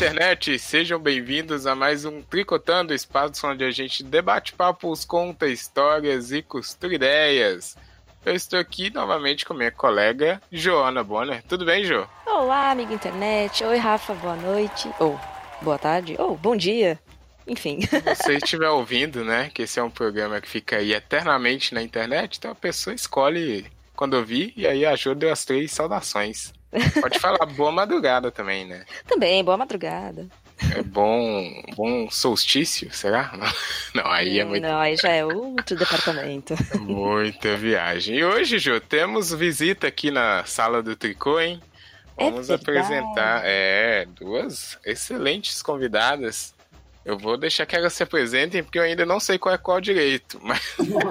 internet, sejam bem-vindos a mais um Tricotando, espaço onde a gente debate papos, conta histórias e costura ideias. Eu estou aqui novamente com minha colega Joana Bonner. Tudo bem, Jo? Olá, amigo internet. Oi, Rafa, boa noite. Ou, boa tarde. Ou, bom dia. Enfim. Se você estiver ouvindo, né, que esse é um programa que fica aí eternamente na internet, então a pessoa escolhe quando ouvir, e aí a Jo deu as 3 saudações. Pode falar boa madrugada também, né? Também, boa madrugada. É bom solstício, será? Não, aí é muito... Não, aí já é outro departamento. Muita viagem. E hoje, Jo, temos visita aqui na sala do tricô, hein? Vamos apresentar 2 excelentes convidadas. Eu vou deixar que elas se apresentem, porque eu ainda não sei qual direito, mas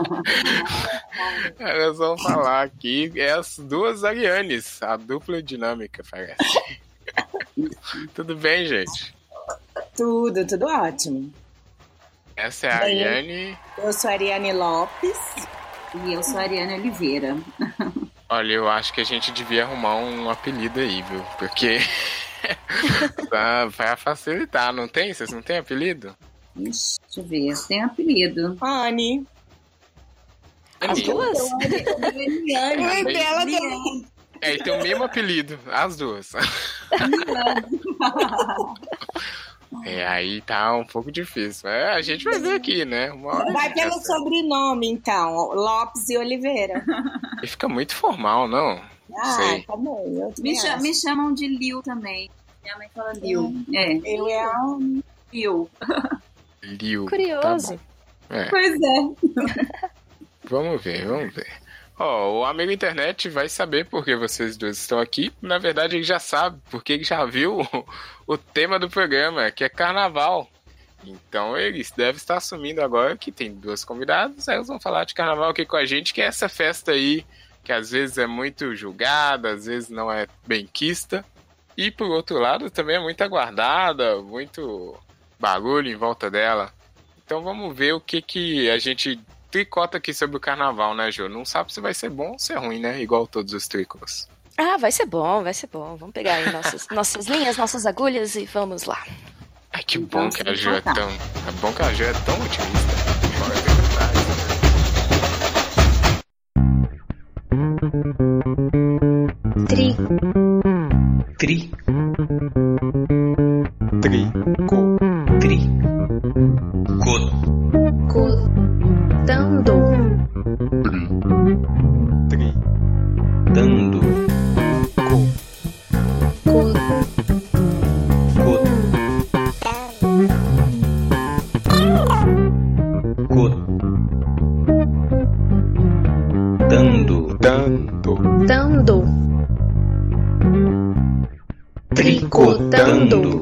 elas vão falar aqui. É as 2 Arianes, a dupla dinâmica, parece. Tudo bem, gente? Tudo ótimo. Essa é a Ariane. Eu sou a Ariane Lopes. E eu sou a Ariane Oliveira. Olha, eu acho que a gente devia arrumar um apelido aí, viu? Porque vai facilitar, não tem? Vocês não têm apelido? Ixi, deixa eu ver, tem apelido. Anne. As duas? E tem o mesmo apelido, as 2. Aí tá um pouco difícil. A gente vai ver aqui, né? Vai pelo sobrenome, então. Lopes e Oliveira. E fica muito formal, não? Sei. Tá bom. Me chamam de Liu também. Minha mãe fala Liu. Eu é a Liu. Liu. Curioso. Tá Pois é. Vamos ver. O amigo internet vai saber por que vocês 2 estão aqui. Na verdade, ele já sabe, porque ele já viu o tema do programa, que é carnaval. Então, eles devem estar assumindo agora que tem 2 convidadas. Elas vão falar de carnaval aqui com a gente, que é essa festa aí, que às vezes é muito julgada, às vezes não é benquista. E, por outro lado, também é muito aguardada, muito barulho em volta dela. Então, vamos ver o que a gente... tricota aqui sobre o carnaval, né, Jô? Não sabe se vai ser bom ou se é ruim, né? Igual todos os tricôs. Vai ser bom. Vamos pegar aí nossas linhas, nossas agulhas e vamos lá. Ai, que bom que a Jô é tão... É bom que a Jô é tão otimista. Bora ver. Tricotando.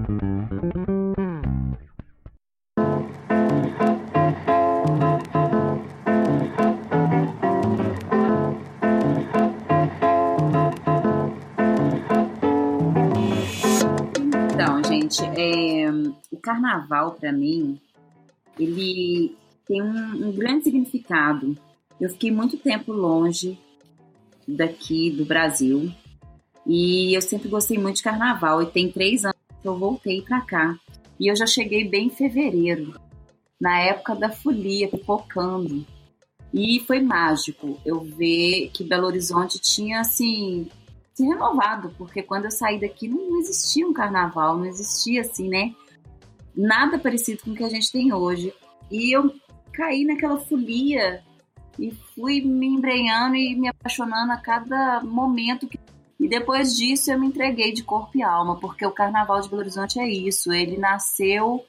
Então, gente, o carnaval, para mim, ele tem um grande significado. Eu fiquei muito tempo longe daqui do Brasil e eu sempre gostei muito de carnaval. E tem 3 anos que eu voltei para cá. E eu já cheguei bem em fevereiro, na época da folia, pipocando. E foi mágico eu ver que Belo Horizonte tinha, assim, se renovado, porque quando eu saí daqui não existia um carnaval, não existia, assim, né? Nada parecido com o que a gente tem hoje. E eu caí naquela folia e fui me embrenhando e me apaixonando a cada momento. E depois disso eu me entreguei de corpo e alma, porque o Carnaval de Belo Horizonte é isso. Ele nasceu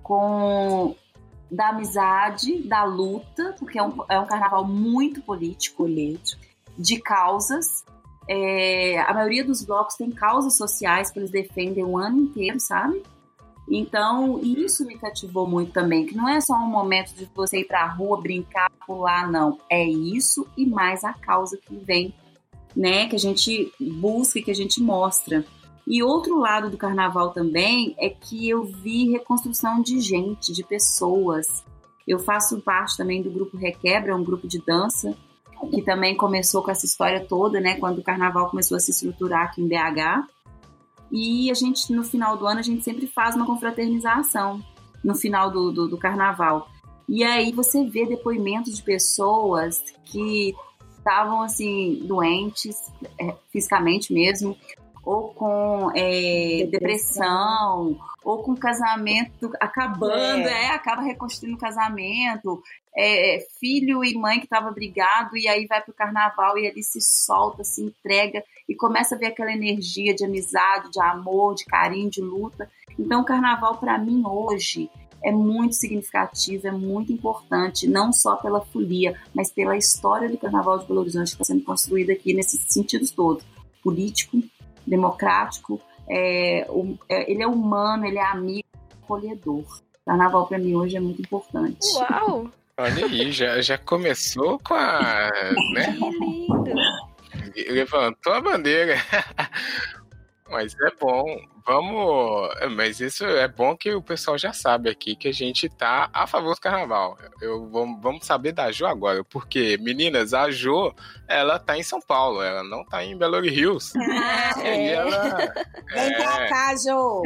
da amizade, da luta, porque é um carnaval muito político, de causas. A maioria dos blocos tem causas sociais que eles defendem o ano inteiro, sabe? Então, isso me cativou muito também, que não é só um momento de você ir pra rua, brincar, pular, não. É isso e mais a causa que vem, né? Que a gente busca e que a gente mostra. E outro lado do carnaval também é que eu vi reconstrução de gente, de pessoas. Eu faço parte também do grupo Requebra, um grupo de dança, que também começou com essa história toda, né? Quando o carnaval começou a se estruturar aqui em BH. E a gente, no final do ano, a gente sempre faz uma confraternização no final do carnaval. E aí você vê depoimentos de pessoas que estavam, assim, doentes, fisicamente mesmo, ou com depressão, ou com casamento acabando, acaba reconstruindo o casamento, filho e mãe que estavam brigados, e aí vai pro carnaval e ali se solta, se entrega, e começa a ver aquela energia de amizade, de amor, de carinho, de luta. Então o carnaval, para mim, hoje, é muito significativo, é muito importante, não só pela folia, mas pela história do Carnaval de Belo Horizonte que está sendo construída aqui nesses sentidos todos. Político, democrático, ele é humano, ele é amigo, acolhedor. Carnaval para mim hoje é muito importante. Uau! Olha aí, já começou com a... né? Que lindo! Levantou a bandeira. Mas é bom, mas isso é bom que o pessoal já sabe aqui que a gente tá a favor do carnaval. Vamos saber da Jo agora, porque, meninas, a Jo, ela tá em São Paulo, ela não tá em Belo Horizonte. Vem pra cá, Jo!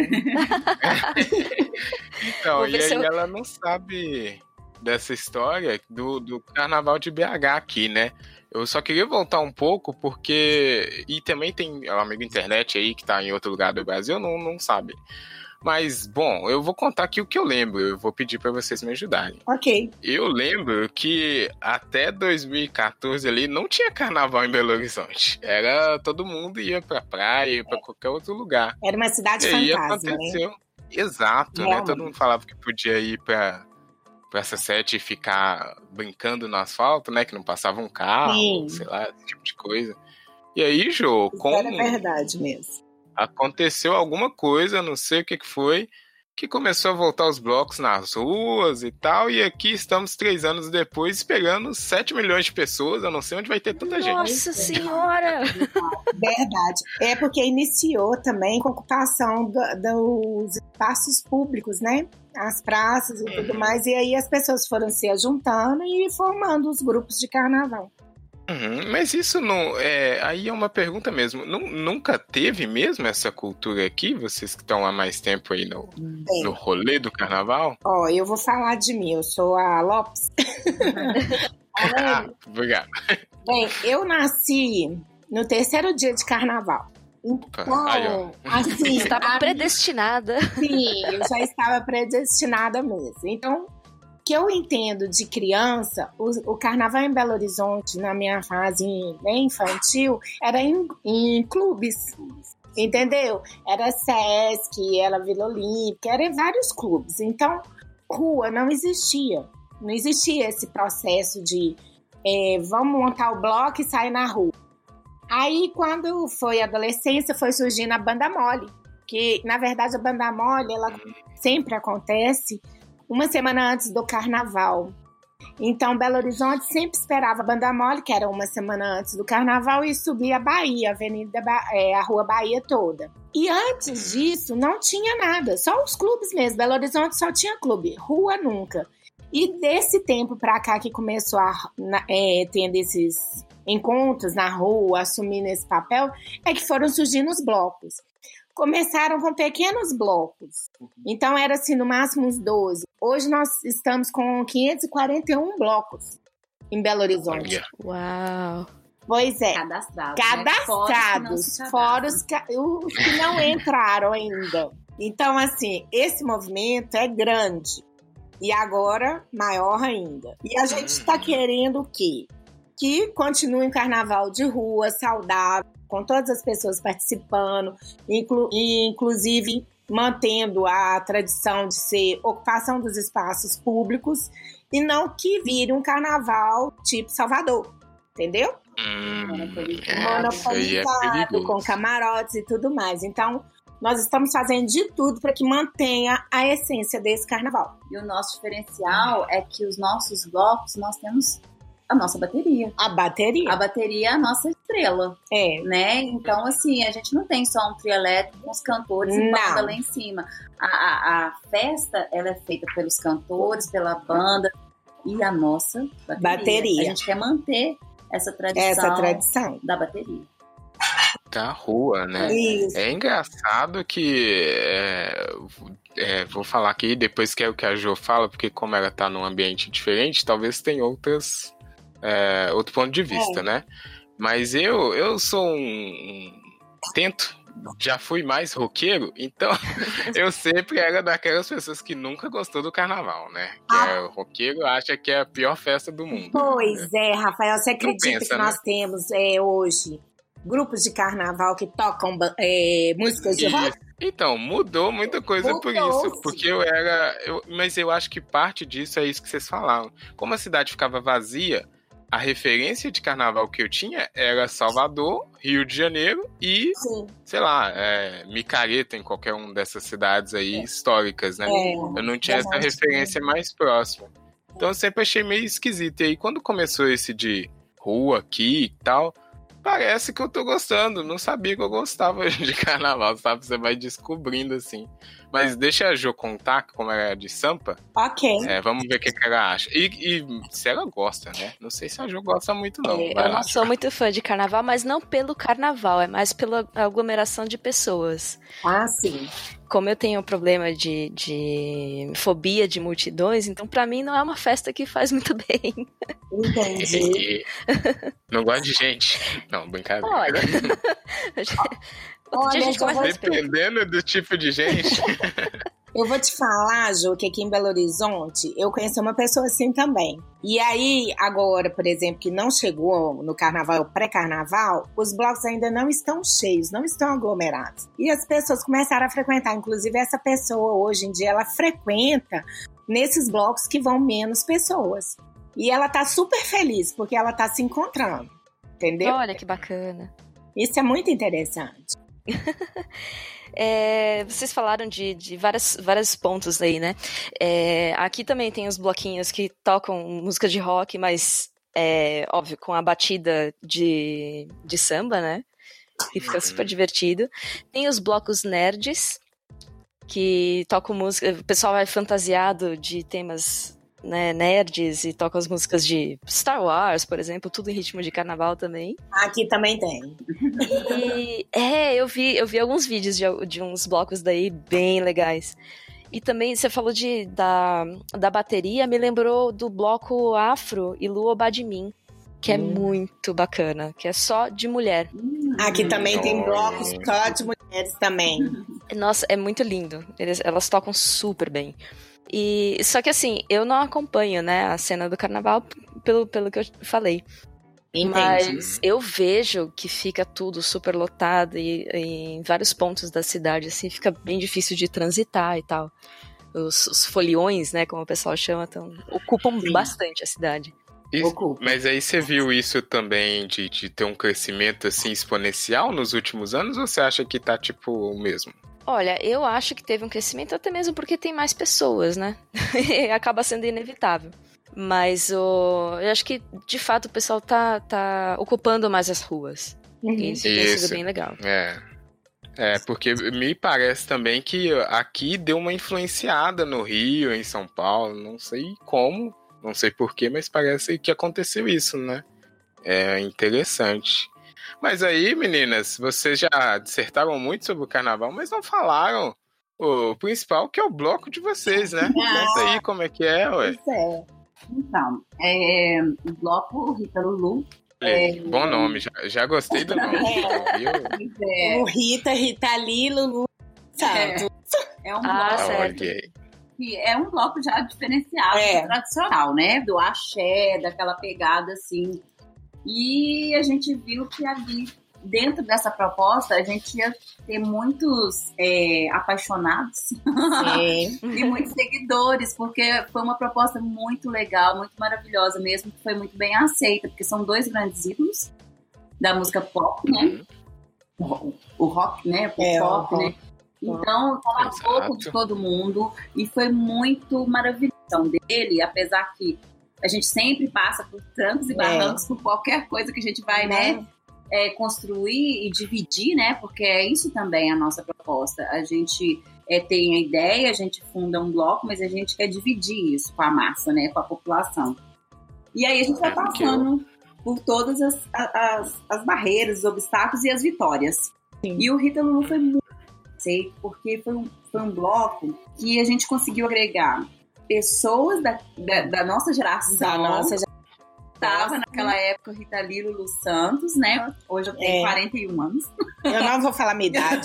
Então, e aí ela não sabe dessa história do carnaval de BH aqui, né? Eu só queria voltar um pouco porque... E também tem um amigo internet aí que tá em outro lugar do Brasil, não sabe. Mas, bom, eu vou contar aqui o que eu lembro. Eu vou pedir pra vocês me ajudarem. Ok. Eu lembro que até 2014 ali não tinha carnaval em Belo Horizonte. Era... Todo mundo ia pra praia, ia pra qualquer outro lugar. Era uma cidade e aí fantasma, aconteceu. né? Exato, né? Todo mundo falava que podia ir pra essa sete e ficar brincando no asfalto, né? Que não passava um carro, Sim. sei lá, esse tipo de coisa. E aí, Jo, como Era verdade mesmo. aconteceu alguma coisa, não sei o que foi, que começou a voltar os blocos nas ruas e tal, e aqui estamos 3 anos depois esperando 7 milhões de pessoas, eu não sei onde vai ter tanta gente. Nossa Senhora! Verdade. É porque iniciou também com a ocupação dos espaços públicos, né? As praças e tudo mais. E aí as pessoas foram se ajuntando e formando os grupos de carnaval. Mas isso não... aí é uma pergunta mesmo. Nunca teve mesmo essa cultura aqui? Vocês que estão há mais tempo aí no rolê do carnaval? Ó, eu vou falar de mim. Eu sou a Lopes. Obrigado. Bem, eu nasci no 3º dia de carnaval. Então, assim... Estava predestinada. Sim, eu já estava predestinada mesmo. Então, o que eu entendo de criança, o carnaval em Belo Horizonte, na minha fase bem infantil, era em clubes, entendeu? Era Sesc, era Vila Olímpica, era em vários clubes. Então, rua não existia. Não existia esse processo de vamos montar o bloco e sair na rua. Aí, quando foi a adolescência, foi surgindo a banda mole, que, na verdade, a banda mole, ela sempre acontece uma semana antes do carnaval. Então, Belo Horizonte sempre esperava a banda mole, que era uma semana antes do carnaval, e subia a Bahia, a Rua Bahia toda. E antes disso, não tinha nada, só os clubes mesmo. Belo Horizonte só tinha clube, rua nunca. E desse tempo pra cá que começou tendo esses encontros na rua, assumindo esse papel, é que foram surgindo os blocos. Começaram com pequenos blocos. Então, era assim, no máximo uns 12. Hoje nós estamos com 541 blocos em Belo Horizonte. Uau! Pois é. Cadastrados. Fora os que não entraram ainda. Então, assim, esse movimento é grande. E agora, maior ainda. E a gente está querendo o quê? Que continue um carnaval de rua, saudável, com todas as pessoas participando, inclusive mantendo a tradição de ser ocupação dos espaços públicos, e não que vire um carnaval tipo Salvador, entendeu? Monopolizado, com camarotes e tudo mais. Então, nós estamos fazendo de tudo para que mantenha a essência desse carnaval. E o nosso diferencial é que os nossos blocos, nós temos a nossa bateria. A bateria. A bateria é a nossa estrela. Né? Então, assim, a gente não tem só um trio elétrico com os cantores e banda lá em cima. A festa, ela é feita pelos cantores, pela banda e a nossa bateria. A gente quer manter essa tradição da bateria. Da rua, né? Isso. É engraçado que vou falar aqui, depois quero que a Jo fala, porque como ela tá num ambiente diferente, talvez tenha outro ponto de vista, né? Mas eu sou já fui mais roqueiro, então eu sempre era daquelas pessoas que nunca gostou do carnaval, né? O roqueiro acha que é a pior festa do mundo. Pois é, Rafael, você acredita que nós temos hoje grupos de carnaval que tocam músicas de rock? Então, mudou muita coisa por isso, porque mas eu acho que parte disso é isso que vocês falaram. Como a cidade ficava vazia, a referência de carnaval que eu tinha era Salvador, Rio de Janeiro e, sei lá, Micareta em qualquer uma dessas cidades aí históricas, né? Eu não tinha essa referência mais próxima. Então eu sempre achei meio esquisito. E aí quando começou esse de rua aqui e tal, parece que eu tô gostando. Não sabia que eu gostava de carnaval, sabe? Você vai descobrindo assim. Mas deixa a Jo contar como ela é de Sampa. Ok. Vamos ver o que ela acha. E se ela gosta, né? Não sei se a Jo gosta muito, não. Eu não sou muito fã de carnaval, mas não pelo carnaval. É mais pela aglomeração de pessoas. Ah, sim. Como eu tenho um problema de fobia de multidões, então pra mim não é uma festa que faz muito bem. Entendi. Não gosta de gente. Não, brincadeira. Olha... Dependendo do tipo de gente. Eu vou te falar, Jô, que aqui em Belo Horizonte eu conheci uma pessoa assim também. E aí, agora, por exemplo, que não chegou no carnaval, pré-carnaval, os blocos ainda não estão cheios, não estão aglomerados. E as pessoas começaram a frequentar. Inclusive, essa pessoa, hoje em dia, ela frequenta nesses blocos que vão menos pessoas. E ela tá super feliz, porque ela tá se encontrando. Entendeu? Olha que bacana. Isso é muito interessante. Vocês falaram de vários pontos aí, né? Aqui também tem os bloquinhos que tocam música de rock, mas óbvio, com a batida de samba, né? Que fica super divertido. Tem os blocos nerds, que tocam música, o pessoal é fantasiado de temas, né, nerds, e tocam as músicas de Star Wars, por exemplo, tudo em ritmo de carnaval também. Aqui também tem. E eu vi alguns vídeos de uns blocos daí bem legais. E também você falou da bateria, me lembrou do bloco Afro e Luo Badmin, que é muito bacana, que é só de mulher. Aqui também tem blocos só de mulheres também. Nossa, é muito lindo. Elas tocam super bem. Só que assim, eu não acompanho, né, a cena do carnaval pelo que eu falei. Entendi. Mas eu vejo que fica tudo super lotado e em vários pontos da cidade, assim, fica bem difícil de transitar e tal. Os foliões, né, como o pessoal chama, ocupam bastante a cidade. Mas aí você viu isso também de ter um crescimento assim exponencial nos últimos anos, ou você acha que tá tipo o mesmo? Olha, eu acho que teve um crescimento até mesmo porque tem mais pessoas, né? Acaba sendo inevitável. Mas eu acho que, de fato, o pessoal tá ocupando mais as ruas. Isso tem sido bem legal. Porque me parece também que aqui deu uma influenciada no Rio, em São Paulo, não sei como, não sei porquê, mas parece que aconteceu isso, né? É interessante. Mas aí, meninas, vocês já dissertaram muito sobre o carnaval, mas não falaram o principal, que é o bloco de vocês, né? Conta aí como é que é, ué. Então, o bloco Rita Lulu. Bom nome, já gostei do nome. O Rita Lee, Lulu, Santos. É um bloco certo. que é um bloco já diferenciado, tradicional, né? Do axé, daquela pegada assim. E a gente viu que ali, dentro dessa proposta, a gente ia ter muitos apaixonados e muitos seguidores, porque foi uma proposta muito legal, muito maravilhosa mesmo, que foi muito bem aceita, porque são dois grandes ídolos da música pop, né? O rock, né? O pop, né? Então, fala a boca de todo mundo e foi muito maravilhoso dele, apesar que a gente sempre passa por trancos e barrancos por qualquer coisa que a gente vai, né, construir e dividir, né, porque é isso também a nossa proposta. A gente tem a ideia, a gente funda um bloco, mas a gente quer dividir isso com a massa, né, com a população. E aí a gente vai passando por todas as barreiras, os obstáculos e as vitórias. Sim. E o Rita Lulu foi muito aceito, porque foi um bloco que a gente conseguiu agregar pessoas da nossa geração. Da nossa geração. Estava naquela época Rita Lee, Lulu Santos, né? Hoje eu tenho 41 anos. Eu não vou falar minha idade.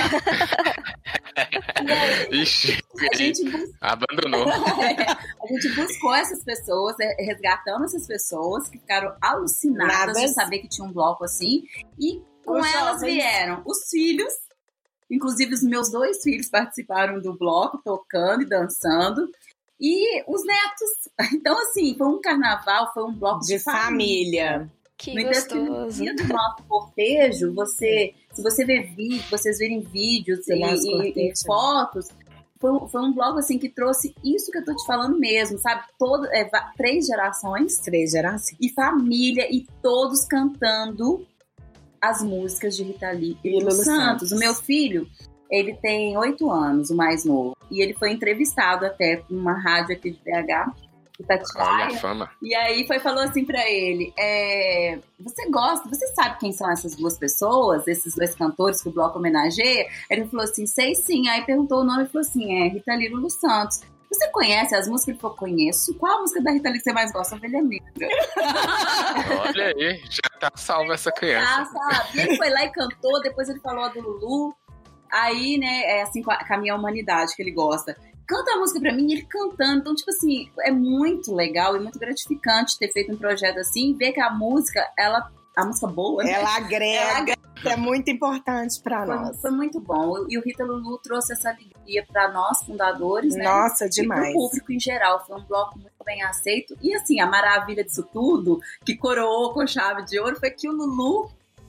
Ixi, A gente abandonou. A gente buscou essas pessoas, resgatando essas pessoas que ficaram alucinadas de saber que tinha um bloco assim. E com elas vieram os filhos, inclusive os meus 2 filhos participaram do bloco, tocando e dançando. E os netos. Então, assim, foi um carnaval, foi um bloco de família. Que no gostoso. dia do nosso cortejo, se você ver vocês verem vídeos e fotos, foi um bloco assim que trouxe isso que eu tô te falando mesmo, sabe? 3 gerações. 3 gerações. E família, e todos cantando as músicas de Rita Lee e Lulu Santos. O meu filho, ele tem 8 anos, o mais novo. E ele foi entrevistado até numa rádio aqui de BH. Olha a fama. E aí falou assim pra ele, você sabe quem são essas 2 pessoas, esses 2 cantores que o bloco homenageia? Ele falou assim, sei sim. Aí perguntou o nome e falou assim, Rita Lee e Lulu Santos. Você conhece as músicas? Ele falou, conheço. Qual a música da Rita Lee que você mais gosta? Ovelha Negra. Olha aí, já tá salva essa criança. Sabe? E ele foi lá e cantou, depois ele falou a do Lulu. Aí, né, é assim com a minha humanidade que ele gosta. Canta a música pra mim, ele cantando. Então, tipo assim, é muito legal e muito gratificante ter feito um projeto assim e ver que a música boa, né? Ela agrega. É muito importante pra nós. Foi muito bom. E o Rita Lulu trouxe essa alegria pra nós, fundadores, né? Nossa, demais. E pro público em geral. Foi um bloco muito bem aceito. E assim, a maravilha disso tudo, que coroou com chave de ouro, foi que o Lulu,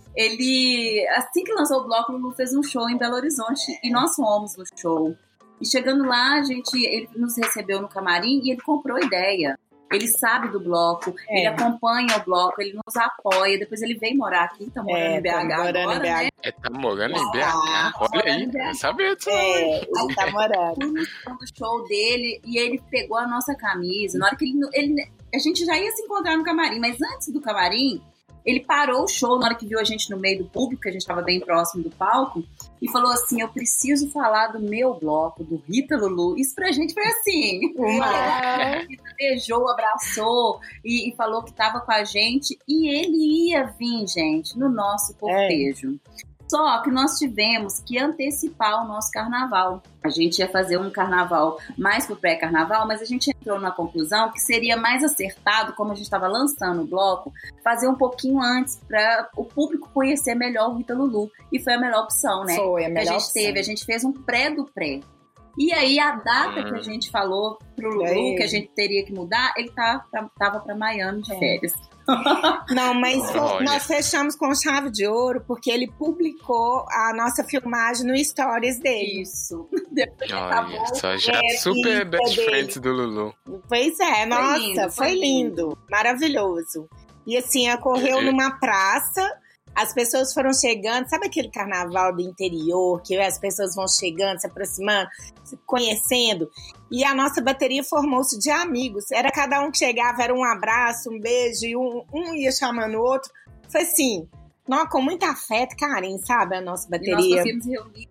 ele, assim que lançou o bloco, o Lulu fez um show em Belo Horizonte. E nós fomos no show. E chegando lá, ele nos recebeu no camarim e ele comprou ideia. Ele sabe do bloco, ele acompanha o bloco, ele nos apoia. Depois ele veio morar aqui, tá morando em BH agora, né? Tá morando em BH? Olha aí, não sabia disso. Ele tá morando. Fui no show dele e ele pegou a nossa camisa. Na hora que a gente já ia se encontrar no camarim, mas antes do camarim, ele parou o show na hora que viu a gente no meio do público, que a gente estava bem próximo do palco, e falou assim, eu preciso falar do meu bloco, do Rita Lulu. Isso pra gente foi assim. Ele beijou, abraçou e falou que estava com a gente. E ele ia vir, gente, no nosso cortejo. Só que nós tivemos que antecipar o nosso carnaval. A gente ia fazer um carnaval mais pro pré-carnaval, mas a gente entrou na conclusão que seria mais acertado, como a gente estava lançando o bloco, fazer um pouquinho antes para o público conhecer melhor o Rita Lulu. E foi a melhor opção, né? Foi a melhor opção. A gente fez um pré do pré. E aí a data que a gente falou pro Lulu que a gente teria que mudar, ele tava para Miami de férias. Não, mas nós fechamos com chave de ouro porque ele publicou a nossa filmagem no stories dele. Isso. Olha, só já super best friends do Lulu. Pois é, nossa, foi lindo. Maravilhoso. E assim, ocorreu numa praça, as pessoas foram chegando, sabe aquele carnaval do interior, que as pessoas vão chegando, se aproximando, se conhecendo? E a nossa bateria formou-se de amigos. Era cada um que chegava, era um abraço, um beijo, e um ia chamando o outro. Foi assim, com muito afeto, carinho, sabe? A nossa bateria. E nós conseguimos reunir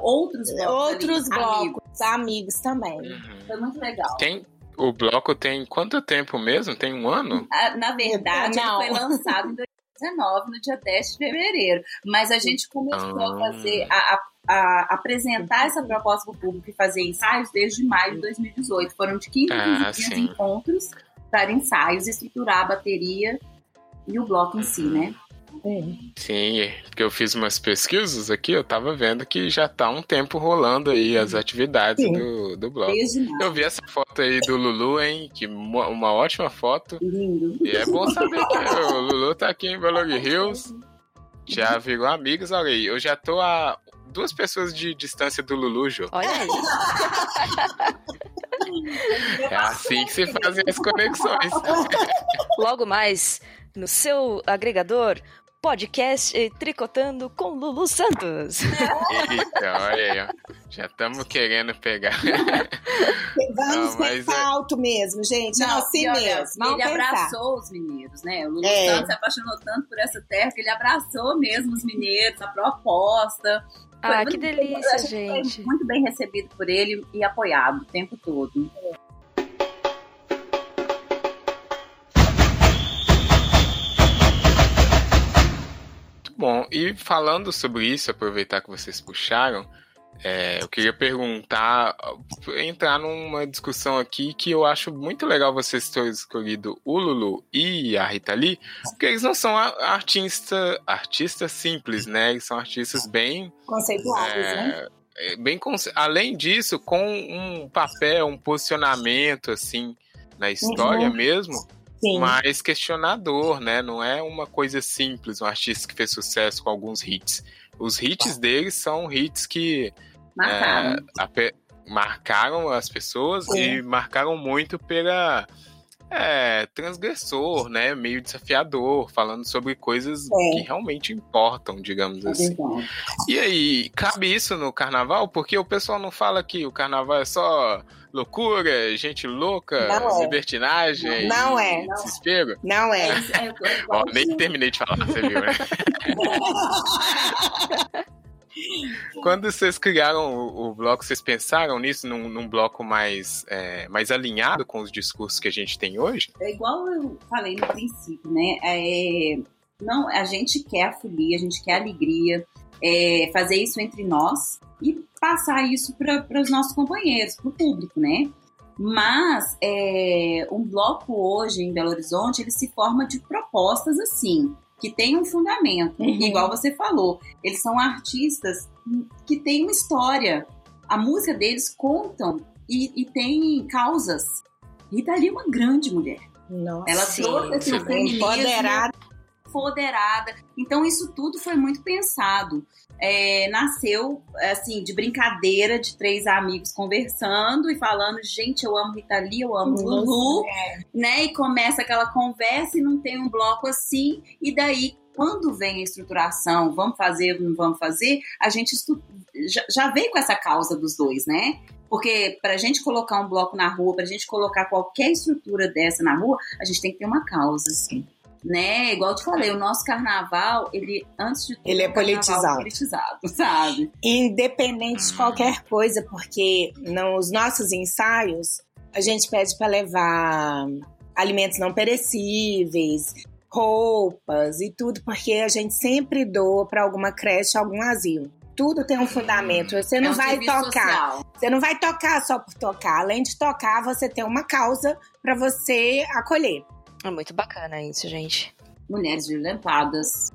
outros blocos, amigos também. Foi muito legal. O bloco tem quanto tempo mesmo? Tem 1 ano? Na verdade, ele foi lançado em 2019, no dia 10 de fevereiro. Mas a gente começou a fazer, a apresentar essa proposta para o público e fazer ensaios desde maio de 2018. Foram de 15 dias encontros para ensaios, estruturar a bateria e o bloco em si, né? Sim, porque eu fiz umas pesquisas aqui, eu tava vendo que já tá um tempo rolando aí as atividades do bloco. Eu vi essa foto aí do Lulu, hein? Que uma ótima foto. Lindo. E é bom saber que o Lulu tá aqui em Belo Hills. Já virou amigos, olha aí. Eu já tô a 2 pessoas de distância do Lulu, Jô. Olha aí. É assim que se fazem as conexões. Logo mais, no seu agregador, podcast Tricotando com Lulu Santos. Eita, olha aí, ó. Já estamos querendo pegar. Vamos pensar alto mesmo, gente. Não, assim mesmo. Ele abraçou os mineiros, né? O Lulu Santos se apaixonou tanto por essa terra que ele abraçou mesmo os mineiros, a proposta. Que delícia, gente. Foi muito bem recebido por ele e apoiado o tempo todo. Bom, e falando sobre isso, aproveitar que vocês puxaram, eu queria perguntar, entrar numa discussão aqui que eu acho muito legal vocês terem escolhido o Lulu e a Rita Lee, porque eles não são artistas simples, né? Eles são artistas bem conceituados, né? Além disso, com um papel, um posicionamento assim na história mesmo. Sim. Mais questionador, né? Não é uma coisa simples, um artista que fez sucesso com alguns hits. Os hits deles são hits que marcaram as pessoas. Sim. E marcaram muito pela transgressor, né? Meio desafiador, falando sobre coisas que realmente importam, digamos assim. E aí, cabe isso no carnaval? Porque o pessoal não fala que o carnaval é só loucura, gente louca, libertinagem, desespero. Não é. Ó, nem terminei de falar, você viu, né? Quando vocês criaram o bloco, vocês pensaram nisso num bloco mais alinhado com os discursos que a gente tem hoje? É igual eu falei no princípio, né? Não, a gente quer a folia, a gente quer a alegria, fazer isso entre nós e passar isso para os nossos companheiros, para o público, né? Mas um bloco hoje em Belo Horizonte, ele se forma de propostas assim, que tem um fundamento, igual você falou. Eles são artistas que têm uma história. A música deles contam e tem causas. Rita Lee é uma grande mulher. Nossa, ela trouxe esse feminismo empoderada. Então, isso tudo foi muito pensado. Nasceu, assim, de brincadeira, de 3 amigos conversando e falando, gente, eu amo Rita Lee, eu amo Lulu, né? E começa aquela conversa e não tem um bloco assim. E daí, quando vem a estruturação, vamos fazer, não vamos fazer, a gente já veio com essa causa dos dois, né? Porque pra gente colocar um bloco na rua, pra gente colocar qualquer estrutura dessa na rua, a gente tem que ter uma causa, assim. Né? Igual eu te falei, o nosso carnaval, ele, antes de tudo, ele é politizado, sabe? Independente de qualquer coisa, porque nos nossos ensaios, a gente pede para levar alimentos não perecíveis, roupas e tudo, porque a gente sempre doa para alguma creche, algum asilo. Tudo tem um fundamento. Você não vai tocar. Social. Você não vai tocar só por tocar. Além de tocar, você tem uma causa para você acolher. É muito bacana isso, gente. Mulheres violentadas.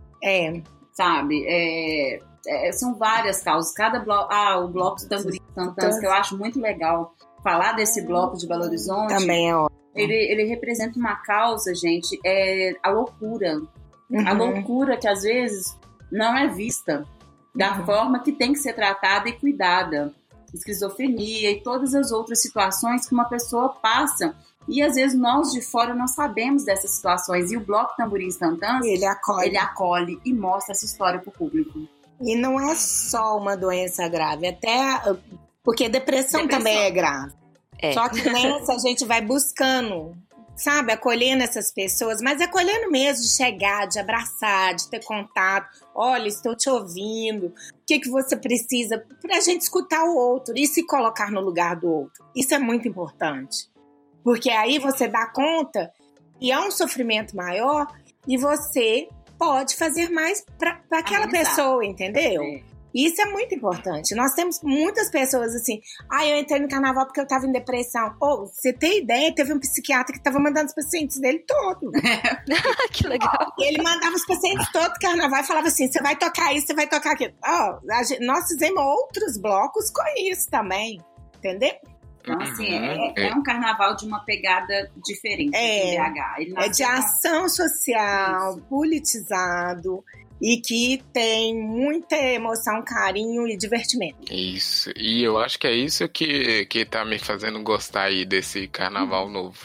Sabe? São várias causas. Cada bloco... o bloco do Tamborim Tantãs, que eu acho muito legal falar desse bloco de Belo Horizonte. Também é ótimo. Ele representa uma causa, gente, a loucura. A loucura que, às vezes, não é vista da forma que tem que ser tratada e cuidada. Esquizofrenia e todas as outras situações que uma pessoa passa. E às vezes nós de fora não sabemos dessas situações. E o Bloco Tamborins Tantãs, ele acolhe e mostra essa história para o público. E não é só uma doença grave, até porque depressão também é grave. Só que nessa a gente vai buscando, sabe, acolhendo essas pessoas, mas acolhendo mesmo, de chegar, de abraçar, de ter contato. Olha, estou te ouvindo, o que você precisa? Pra gente escutar o outro e se colocar no lugar do outro. Isso é muito importante. Porque aí você dá conta e é um sofrimento maior e você pode fazer mais para aquela pessoa, entendeu? Isso é muito importante. Nós temos muitas pessoas assim, eu entrei no carnaval porque eu estava em depressão. Você tem ideia? Teve um psiquiatra que estava mandando os pacientes dele todo. Que legal. Ele mandava os pacientes todo no carnaval e falava assim, você vai tocar isso, você vai tocar aquilo. Nós fizemos outros blocos com isso também, entendeu? Então, assim, é um carnaval de uma pegada diferente do BH. É de ação social, politizado e que tem muita emoção, carinho e divertimento. Isso, e eu acho que é isso que tá me fazendo gostar aí desse carnaval novo.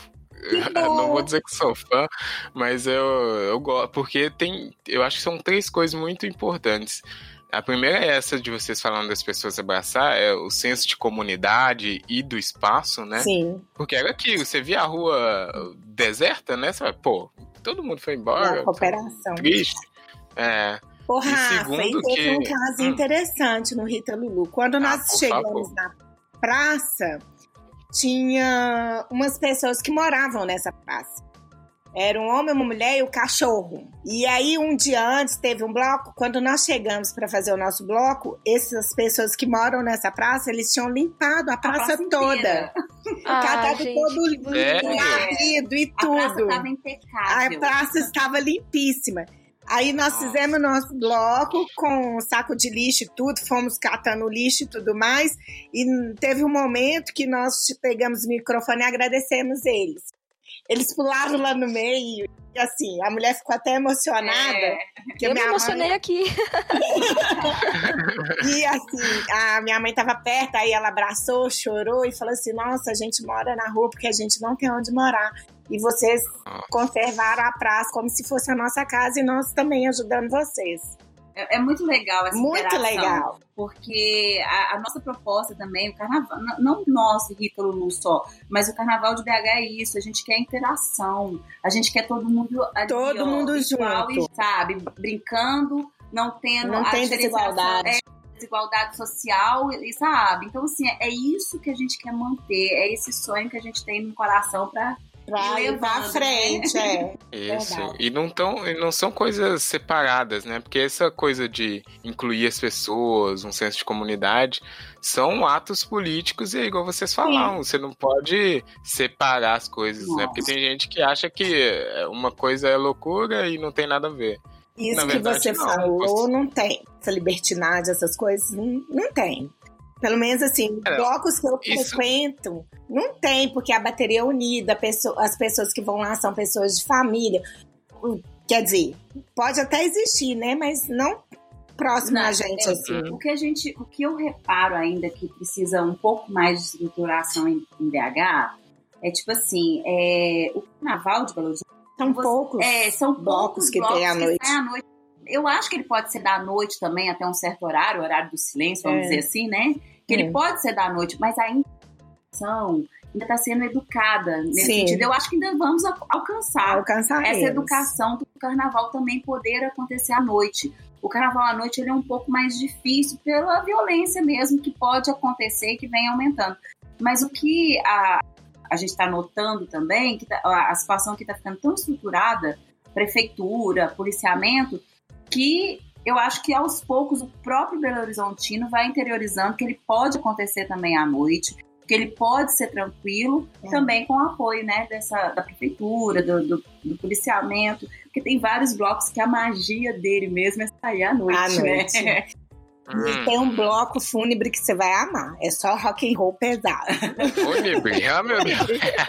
não vou dizer que sou fã, mas eu gosto, porque eu acho que são 3 coisas muito importantes. A primeira é essa de vocês falando das pessoas abraçar, é o senso de comunidade e do espaço, né? Sim. Porque era aquilo, você via a rua deserta, né? Você vai, pô, todo mundo foi embora. A cooperação. Triste. Ô, Rafa, segundo e teve que... um caso interessante no Rita Lulu. Quando nós chegamos na praça, tinha umas pessoas que moravam nessa praça. Era um homem, uma mulher e o cachorro. E aí, um dia antes, teve um bloco. Quando nós chegamos para fazer o nosso bloco, essas pessoas que moram nessa praça, eles tinham limpado a praça toda. Catado todo varrido e tudo. A praça estava impecável. A praça estava limpíssima. Aí nós fizemos nosso bloco com um saco de lixo e tudo, fomos catando lixo e tudo mais. E teve um momento que nós pegamos o microfone e agradecemos eles. Eles pularam lá no meio e assim, a mulher ficou até emocionada. Eu me emocionei aqui. E assim, a minha mãe estava perto, aí ela abraçou, chorou e falou assim, nossa, a gente mora na rua porque a gente não tem onde morar. E vocês conservaram a praça como se fosse a nossa casa e nós também ajudando vocês. É muito legal essa muito interação. Muito legal. Porque a nossa proposta também, o carnaval, não nós, Rita Lulu só, mas o carnaval de BH é isso, a gente quer interação, a gente quer todo mundo ali, todo mundo igual, junto. Sabe, brincando, não tendo não tem desigualdade. Desigualdade social, e sabe? Então, assim, é isso que a gente quer manter, é esse sonho que a gente tem no coração pra levar à frente, Isso. E não são coisas separadas, né? Porque essa coisa de incluir as pessoas, um senso de comunidade, são atos políticos e é igual vocês falaram, você não pode separar as coisas, né? Porque tem gente que acha que uma coisa é loucura e não tem nada a ver. Isso na verdade, que você falou, não tem. Essa libertinagem, essas coisas, não tem. Pelo menos assim, blocos que eu frequento, não tem, porque a bateria é unida, as pessoas que vão lá são pessoas de família. Quer dizer, pode até existir, né? Mas não próximo a gente, assim. O que eu reparo ainda que precisa um pouco mais de estruturação em BH é tipo assim, o carnaval de Belo Horizonte. São poucos que tem à noite. Eu acho que ele pode ser da noite também, até um certo horário, o horário do silêncio, vamos dizer assim, né? Que ele pode ser da noite, mas a intenção ainda está sendo educada nesse sentido. Eu acho que ainda vamos alcançar essa educação do carnaval também poder acontecer à noite. O carnaval à noite ele é um pouco mais difícil pela violência mesmo que pode acontecer e que vem aumentando. Mas o que a gente está notando também, que a situação que está ficando tão estruturada, prefeitura, policiamento, que eu acho que aos poucos o próprio Belo Horizontino vai interiorizando que ele pode acontecer também à noite, que ele pode ser tranquilo, também com o apoio, né, da prefeitura, do policiamento, porque tem vários blocos que a magia dele mesmo é sair à noite. Né? E tem um bloco fúnebre que você vai amar. É só rock and roll pesado. Fúnebre? Ah, meu Deus.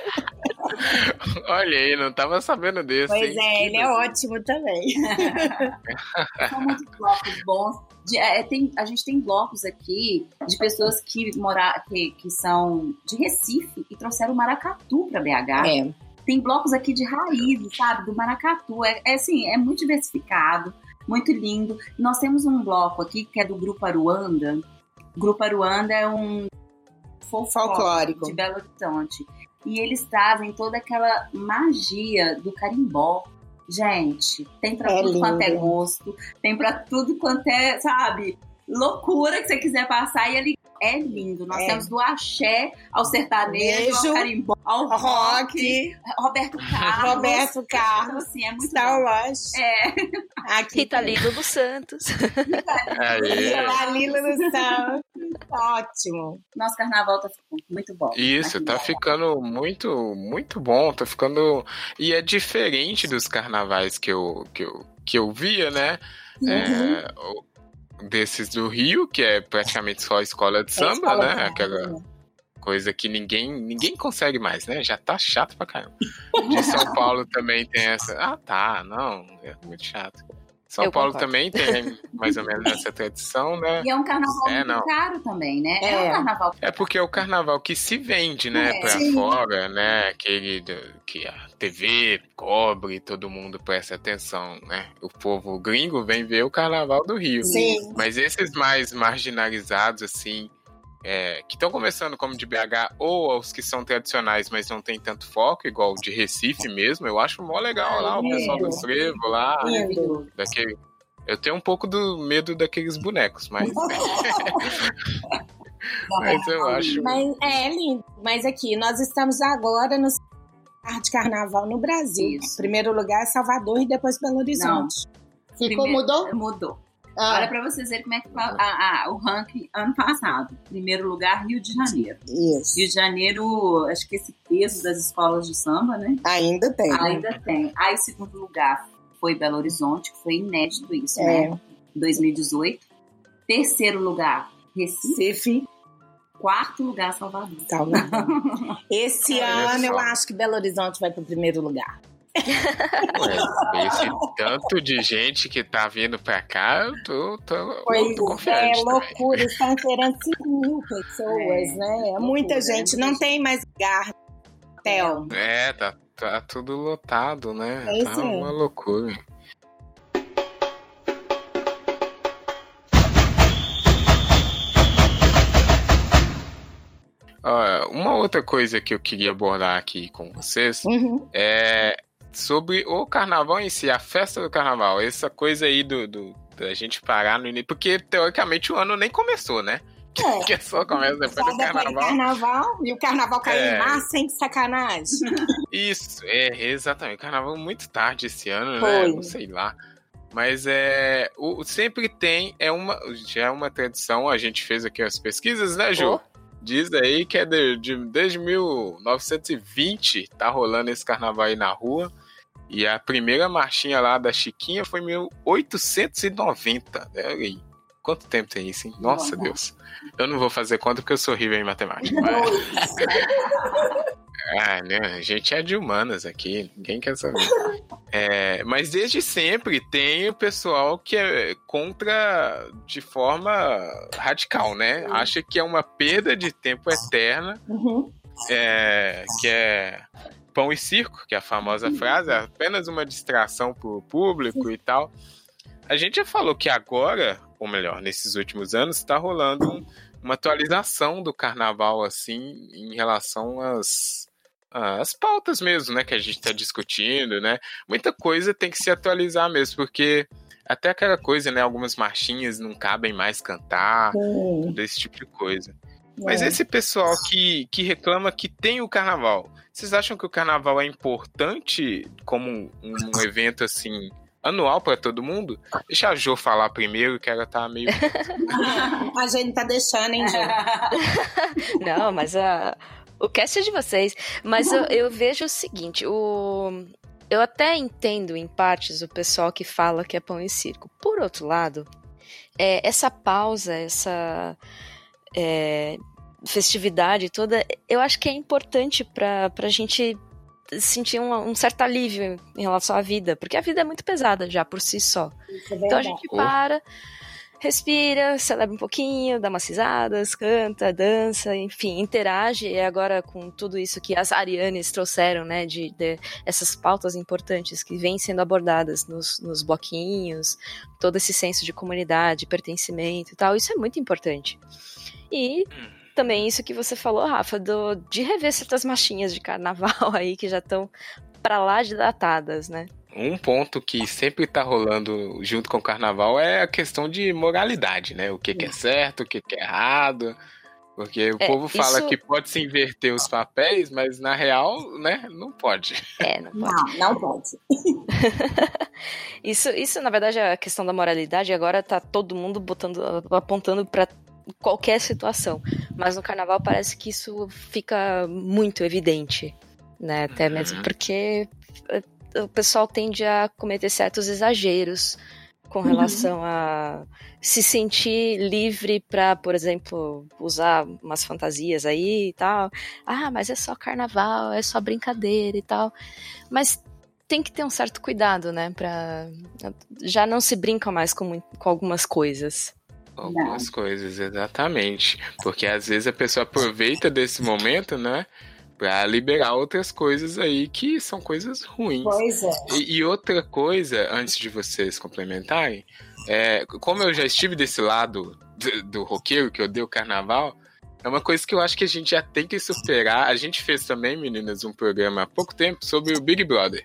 Olha aí, não tava sabendo desse. Pois ele é ótimo também. São muitos blocos bons. A gente tem blocos aqui de pessoas que são de Recife e trouxeram o maracatu para BH. Tem blocos aqui de raiz, sabe? Do maracatu. Assim, é muito diversificado. Muito lindo. Nós temos um bloco aqui que é do Grupo Aruanda. O Grupo Aruanda é um folclórico de Belo Horizonte. E eles trazem toda aquela magia do carimbó. Gente, tem pra tudo quanto é gosto. Tem pra tudo quanto é, sabe, loucura que você quiser passar. E ele é lindo. Nós temos do axé ao sertanejo, ao carimbó, ao rock. Roberto Carlos. Então, assim, é muito Star Wars. Aqui Rita Lilo dos Santos. Rita Lilo dos Santos. Ótimo. Nosso carnaval tá ficando muito bom. Isso, tá ficando muito, muito bom. Tá ficando... E é diferente dos carnavais que eu via, né? Desses do Rio, que é praticamente só a escola de samba, né? Aquela coisa que ninguém consegue mais, né? Já tá chato pra caramba. De São Paulo também tem essa. Não, é muito chato. São Eu Paulo concordo. também tem mais ou menos essa tradição, né? E é um carnaval muito não. caro também, né? É um carnaval É porque é o carnaval que se vende, né, pra Sim. fora, né, que a TV cobre, todo mundo presta atenção, né? O povo gringo vem ver o carnaval do Rio. Sim. Mas esses mais marginalizados, assim, que estão começando como de BH, ou os que são tradicionais, mas não tem tanto foco, igual o de Recife mesmo, eu acho mó legal lá, o pessoal do frevo lá, Lindo. daquele... Eu tenho um pouco do medo daqueles bonecos, mas... mas eu acho... Mas é lindo. Mas aqui, nós estamos agora no de carnaval no Brasil. Isso. Primeiro lugar é Salvador e depois Belo Horizonte. Ficou, mudou? Mudou. Ah, Olha pra vocês verem como é que tá o ranking ano passado. Primeiro lugar, Rio de Janeiro. isso. Rio de Janeiro, acho que esse peso das escolas de samba, né? Ainda tem. Ainda tem. Aí, segundo lugar, foi Belo Horizonte, que foi inédito isso, É. né? 2018. Terceiro lugar, Recife. Recife, Quarto lugar, Salvador. Salvador. Esse Olha ano só. eu acho que Belo Horizonte vai para o primeiro lugar. Esse tanto de gente que tá vindo pra cá, eu tô Pois confiante é, também. loucura. Estão esperando 5.000 pessoas, né? É muita loucura, gente. né? Não tem mais lugar. Hotel. Tá tudo lotado, né? Pois Tá é. uma loucura. Ó, uma outra coisa que eu queria abordar aqui com vocês Uhum. é sobre o carnaval em si, a festa do carnaval. Essa coisa aí da gente parar no início. Porque, teoricamente, o ano nem começou, né? É. Que só começa depois Só do depois do carnaval. carnaval. E o carnaval caiu É. em março, hein? Que sacanagem. Isso, exatamente. Carnaval muito tarde esse ano, Foi. né? Não sei lá. Mas sempre tem, já é uma tradição, a gente fez aqui as pesquisas, né, Ju? Oh. Diz aí que é desde 1920 tá rolando esse carnaval aí na rua. E a primeira marchinha lá da Chiquinha foi em 1890. Olha aí. Quanto tempo tem isso, hein? Nossa, Deus. Eu não vou fazer conta porque eu sou horrível em matemática. Mas... né? A gente é de humanas aqui, ninguém quer saber. Mas desde sempre tem o pessoal que é contra de forma radical, né? Acha que é uma perda de tempo eterna, Uhum. que é pão e circo, que é a famosa frase, é apenas uma distração pro público e tal. A gente já falou que agora, ou melhor, nesses últimos anos, está rolando uma atualização do carnaval, assim, em relação às pautas mesmo, né, que a gente está discutindo, né? Muita coisa tem que se atualizar mesmo, porque até aquela coisa, né, algumas marchinhas não cabem mais cantar, desse tipo de coisa. Mas esse pessoal que reclama que tem o carnaval, vocês acham que o carnaval é importante como um evento, assim, anual para todo mundo? Deixa a Jo falar primeiro, que ela tá meio... A gente tá deixando, hein, gente? Não, mas o cast é de vocês. Mas eu vejo o seguinte, eu até entendo em partes o pessoal que fala que é pão e circo. Por outro lado, essa pausa, essa festividade toda, eu acho que é importante pra gente sentir um certo alívio em relação à vida, porque a vida é muito pesada já por si só. Então a gente para, respira, celebra um pouquinho, dá umas risadas, canta, dança, enfim, interage. E agora com tudo isso que as Arianes trouxeram, né, de essas pautas importantes que vêm sendo abordadas nos bloquinhos, todo esse senso de comunidade, pertencimento e tal, isso é muito importante. E também isso que você falou, Rafa, de rever certas marchinhas de carnaval aí que já estão pra lá de datadas, né? Um ponto que sempre tá rolando junto com o carnaval é a questão de moralidade, né? O que é certo, o que é errado. Porque o povo fala que pode se inverter os papéis, mas na real, né, não pode. Não pode. Não pode. Isso, na verdade, é a questão da moralidade. Agora tá todo mundo apontando pra qualquer situação. Mas no carnaval parece que isso fica muito evidente, né? Até mesmo porque o pessoal tende a cometer certos exageros com relação a se sentir livre para, por exemplo, usar umas fantasias aí e tal. Ah, mas é só carnaval, é só brincadeira e tal. Mas tem que ter um certo cuidado, né? Já não se brinca mais com algumas coisas. Algumas coisas, exatamente. Porque às vezes a pessoa aproveita desse momento, né? Pra liberar outras coisas aí que são coisas ruins. Pois é. E outra coisa, antes de vocês complementarem, como eu já estive desse lado do roqueiro, que odeia o carnaval, é uma coisa que eu acho que a gente já tem que superar. A gente fez também, meninas, um programa há pouco tempo sobre o Big Brother.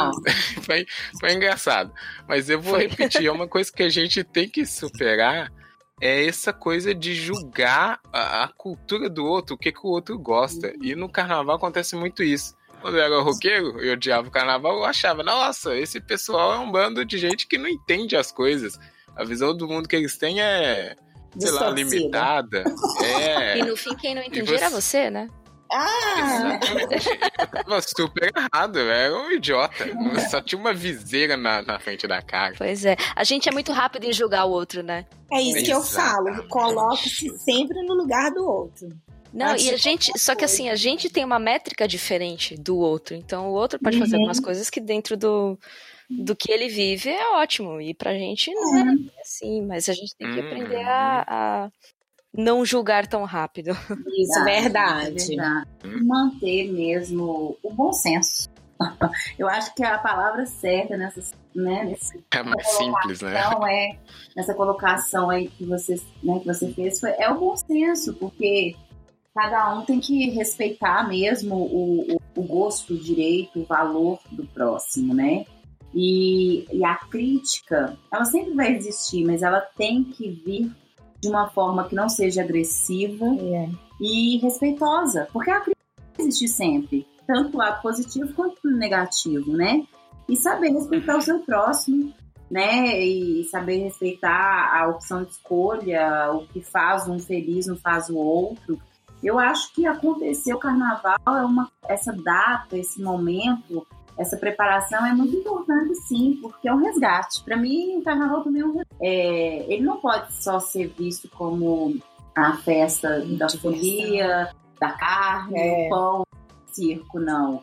Foi engraçado. Mas eu vou repetir, é uma coisa que a gente tem que superar, é essa coisa de julgar a cultura do outro, o que o outro gosta. E no carnaval acontece muito isso. Quando eu era roqueiro, eu odiava o carnaval, eu achava, nossa, esse pessoal é um bando de gente que não entende as coisas. A visão do mundo que eles têm é, sei lá, limitada. E no fim, quem não entendia era você, né? Exatamente. Eu tava super errado, eu era um idiota. Só tinha uma viseira na frente da cara. Pois é. A gente é muito rápido em julgar o outro, né? É isso que eu falo. Coloque-se sempre no lugar do outro. Não, e a gente. Só que assim, a gente tem uma métrica diferente do outro. Então o outro pode fazer algumas coisas que dentro do que ele vive é ótimo. E pra gente não é assim. Mas a gente tem que aprender a não julgar tão rápido. Isso, verdade. Manter mesmo o bom senso. Eu acho que a palavra certa nessa mais simples, né? Nessa colocação aí que você fez é o bom senso, porque cada um tem que respeitar mesmo o gosto, o direito, o valor do próximo, né? E a crítica, ela sempre vai existir, mas ela tem que vir de uma forma que não seja agressiva e respeitosa, porque a crítica existe sempre, tanto o lado positivo quanto o negativo, né? E saber respeitar o seu próximo, né? E saber respeitar a opção de escolha, o que faz um feliz não faz o outro. Eu acho que acontecer o carnaval essa data, esse momento, essa preparação é muito importante, sim, porque é um resgate. Para mim, o carnaval também é um resgate. Ele não pode só ser visto como a festa da folia, da carne, do pão, do circo, não.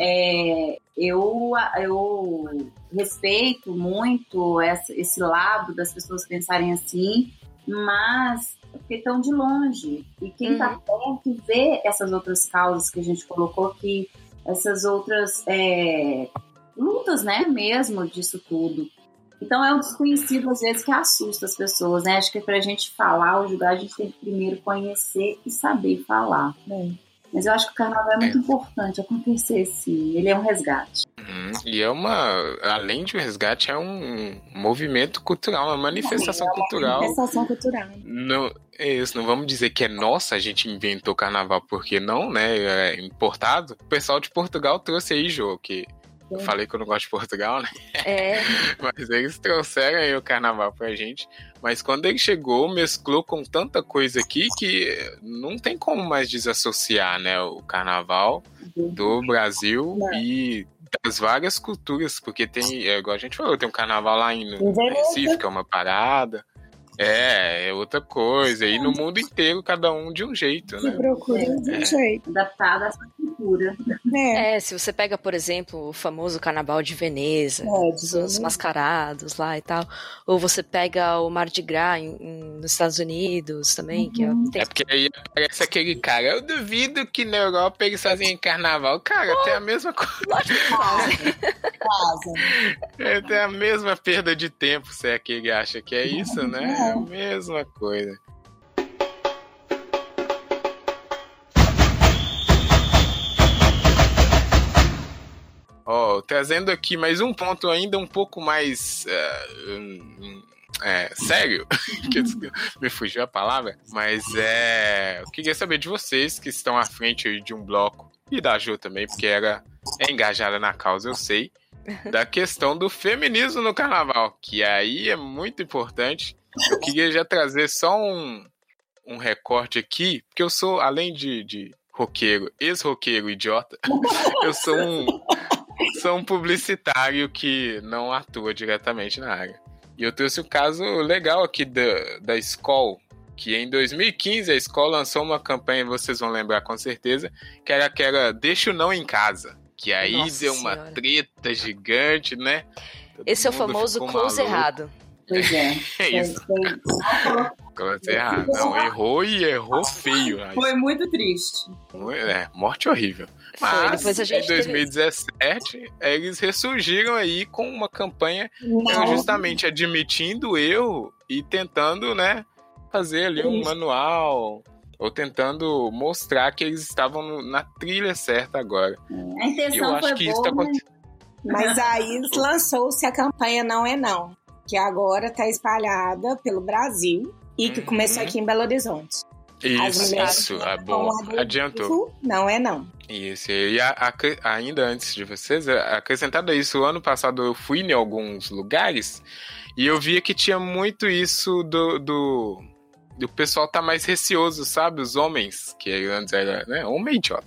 Eu respeito muito esse lado das pessoas pensarem assim, mas porque estão de longe. E quem está perto vê essas outras causas que a gente colocou aqui, essas outras lutas, né, mesmo disso tudo. Então é um desconhecido, às vezes, que assusta as pessoas, né? Acho que pra gente falar ou julgar, a gente tem que primeiro conhecer e saber falar. Mas eu acho que o carnaval é muito importante acontecer, sim. Ele é um resgate. E além de um resgate, é um movimento cultural, uma manifestação cultural. Manifestação cultural. Não, não vamos dizer que é nossa, a gente inventou o carnaval, porque não, né? É importado. O pessoal de Portugal trouxe aí, Jô, que eu falei que eu não gosto de Portugal, né? Mas eles trouxeram aí o carnaval pra gente. Mas quando ele chegou, mesclou com tanta coisa aqui que não tem como mais desassociar, né? O carnaval do Brasil e das várias culturas, porque tem, igual a gente falou, tem um carnaval lá no Recife, que é uma parada. É outra coisa. E no mundo inteiro, cada um de um jeito, né? Se procura de um jeito. Adaptado à sua cultura. Se você pega, por exemplo, o famoso Carnaval de Veneza, os mascarados lá e tal, ou você pega o Mardi Gras nos Estados Unidos também, que é porque aí aparece aquele cara, eu duvido que na Europa eles fazem carnaval. Cara, tem a mesma coisa. Tem a mesma perda de tempo, se é que ele acha que é isso, né? É a mesma coisa. Trazendo aqui mais um ponto ainda um pouco mais sério, que me fugiu a palavra, mas eu queria saber de vocês que estão à frente de um bloco, e da Ju também, porque é engajada na causa, eu sei, da questão do feminismo no carnaval, que aí é muito importante. Eu queria já trazer só um recorte aqui, porque eu sou, além de roqueiro, ex-roqueiro idiota, eu sou um publicitário que não atua diretamente na área. E eu trouxe um caso legal aqui da Skol, que em 2015 a Skol lançou uma campanha, vocês vão lembrar com certeza, que era Deixa o Não em Casa, Que aí Nossa deu uma Senhora. treta gigante, né? Todo Esse é o mundo famoso ficou close maluco. errado. Pois é. É isso. Close errado. Não, errou e errou feio. Né? Foi muito triste. Morte horrível. Foi, Mas depois a gente em 2017, eles ressurgiram aí com uma campanha Não. justamente admitindo o erro e tentando, né, fazer ali um manual ou tentando mostrar que eles estavam na trilha certa agora. A intenção Eu acho foi que isso boa, tá acontecendo. Mas aí lançou-se a campanha Não é Não, que agora está espalhada pelo Brasil e que começou aqui em Belo Horizonte. As mulheres Isso, com adiantou. Não é Não. Isso, e ainda antes de vocês, acrescentado a isso, o ano passado eu fui em alguns lugares e eu via que tinha muito isso do pessoal tá mais receoso, sabe? Os homens, que antes era, né? Homem idiota.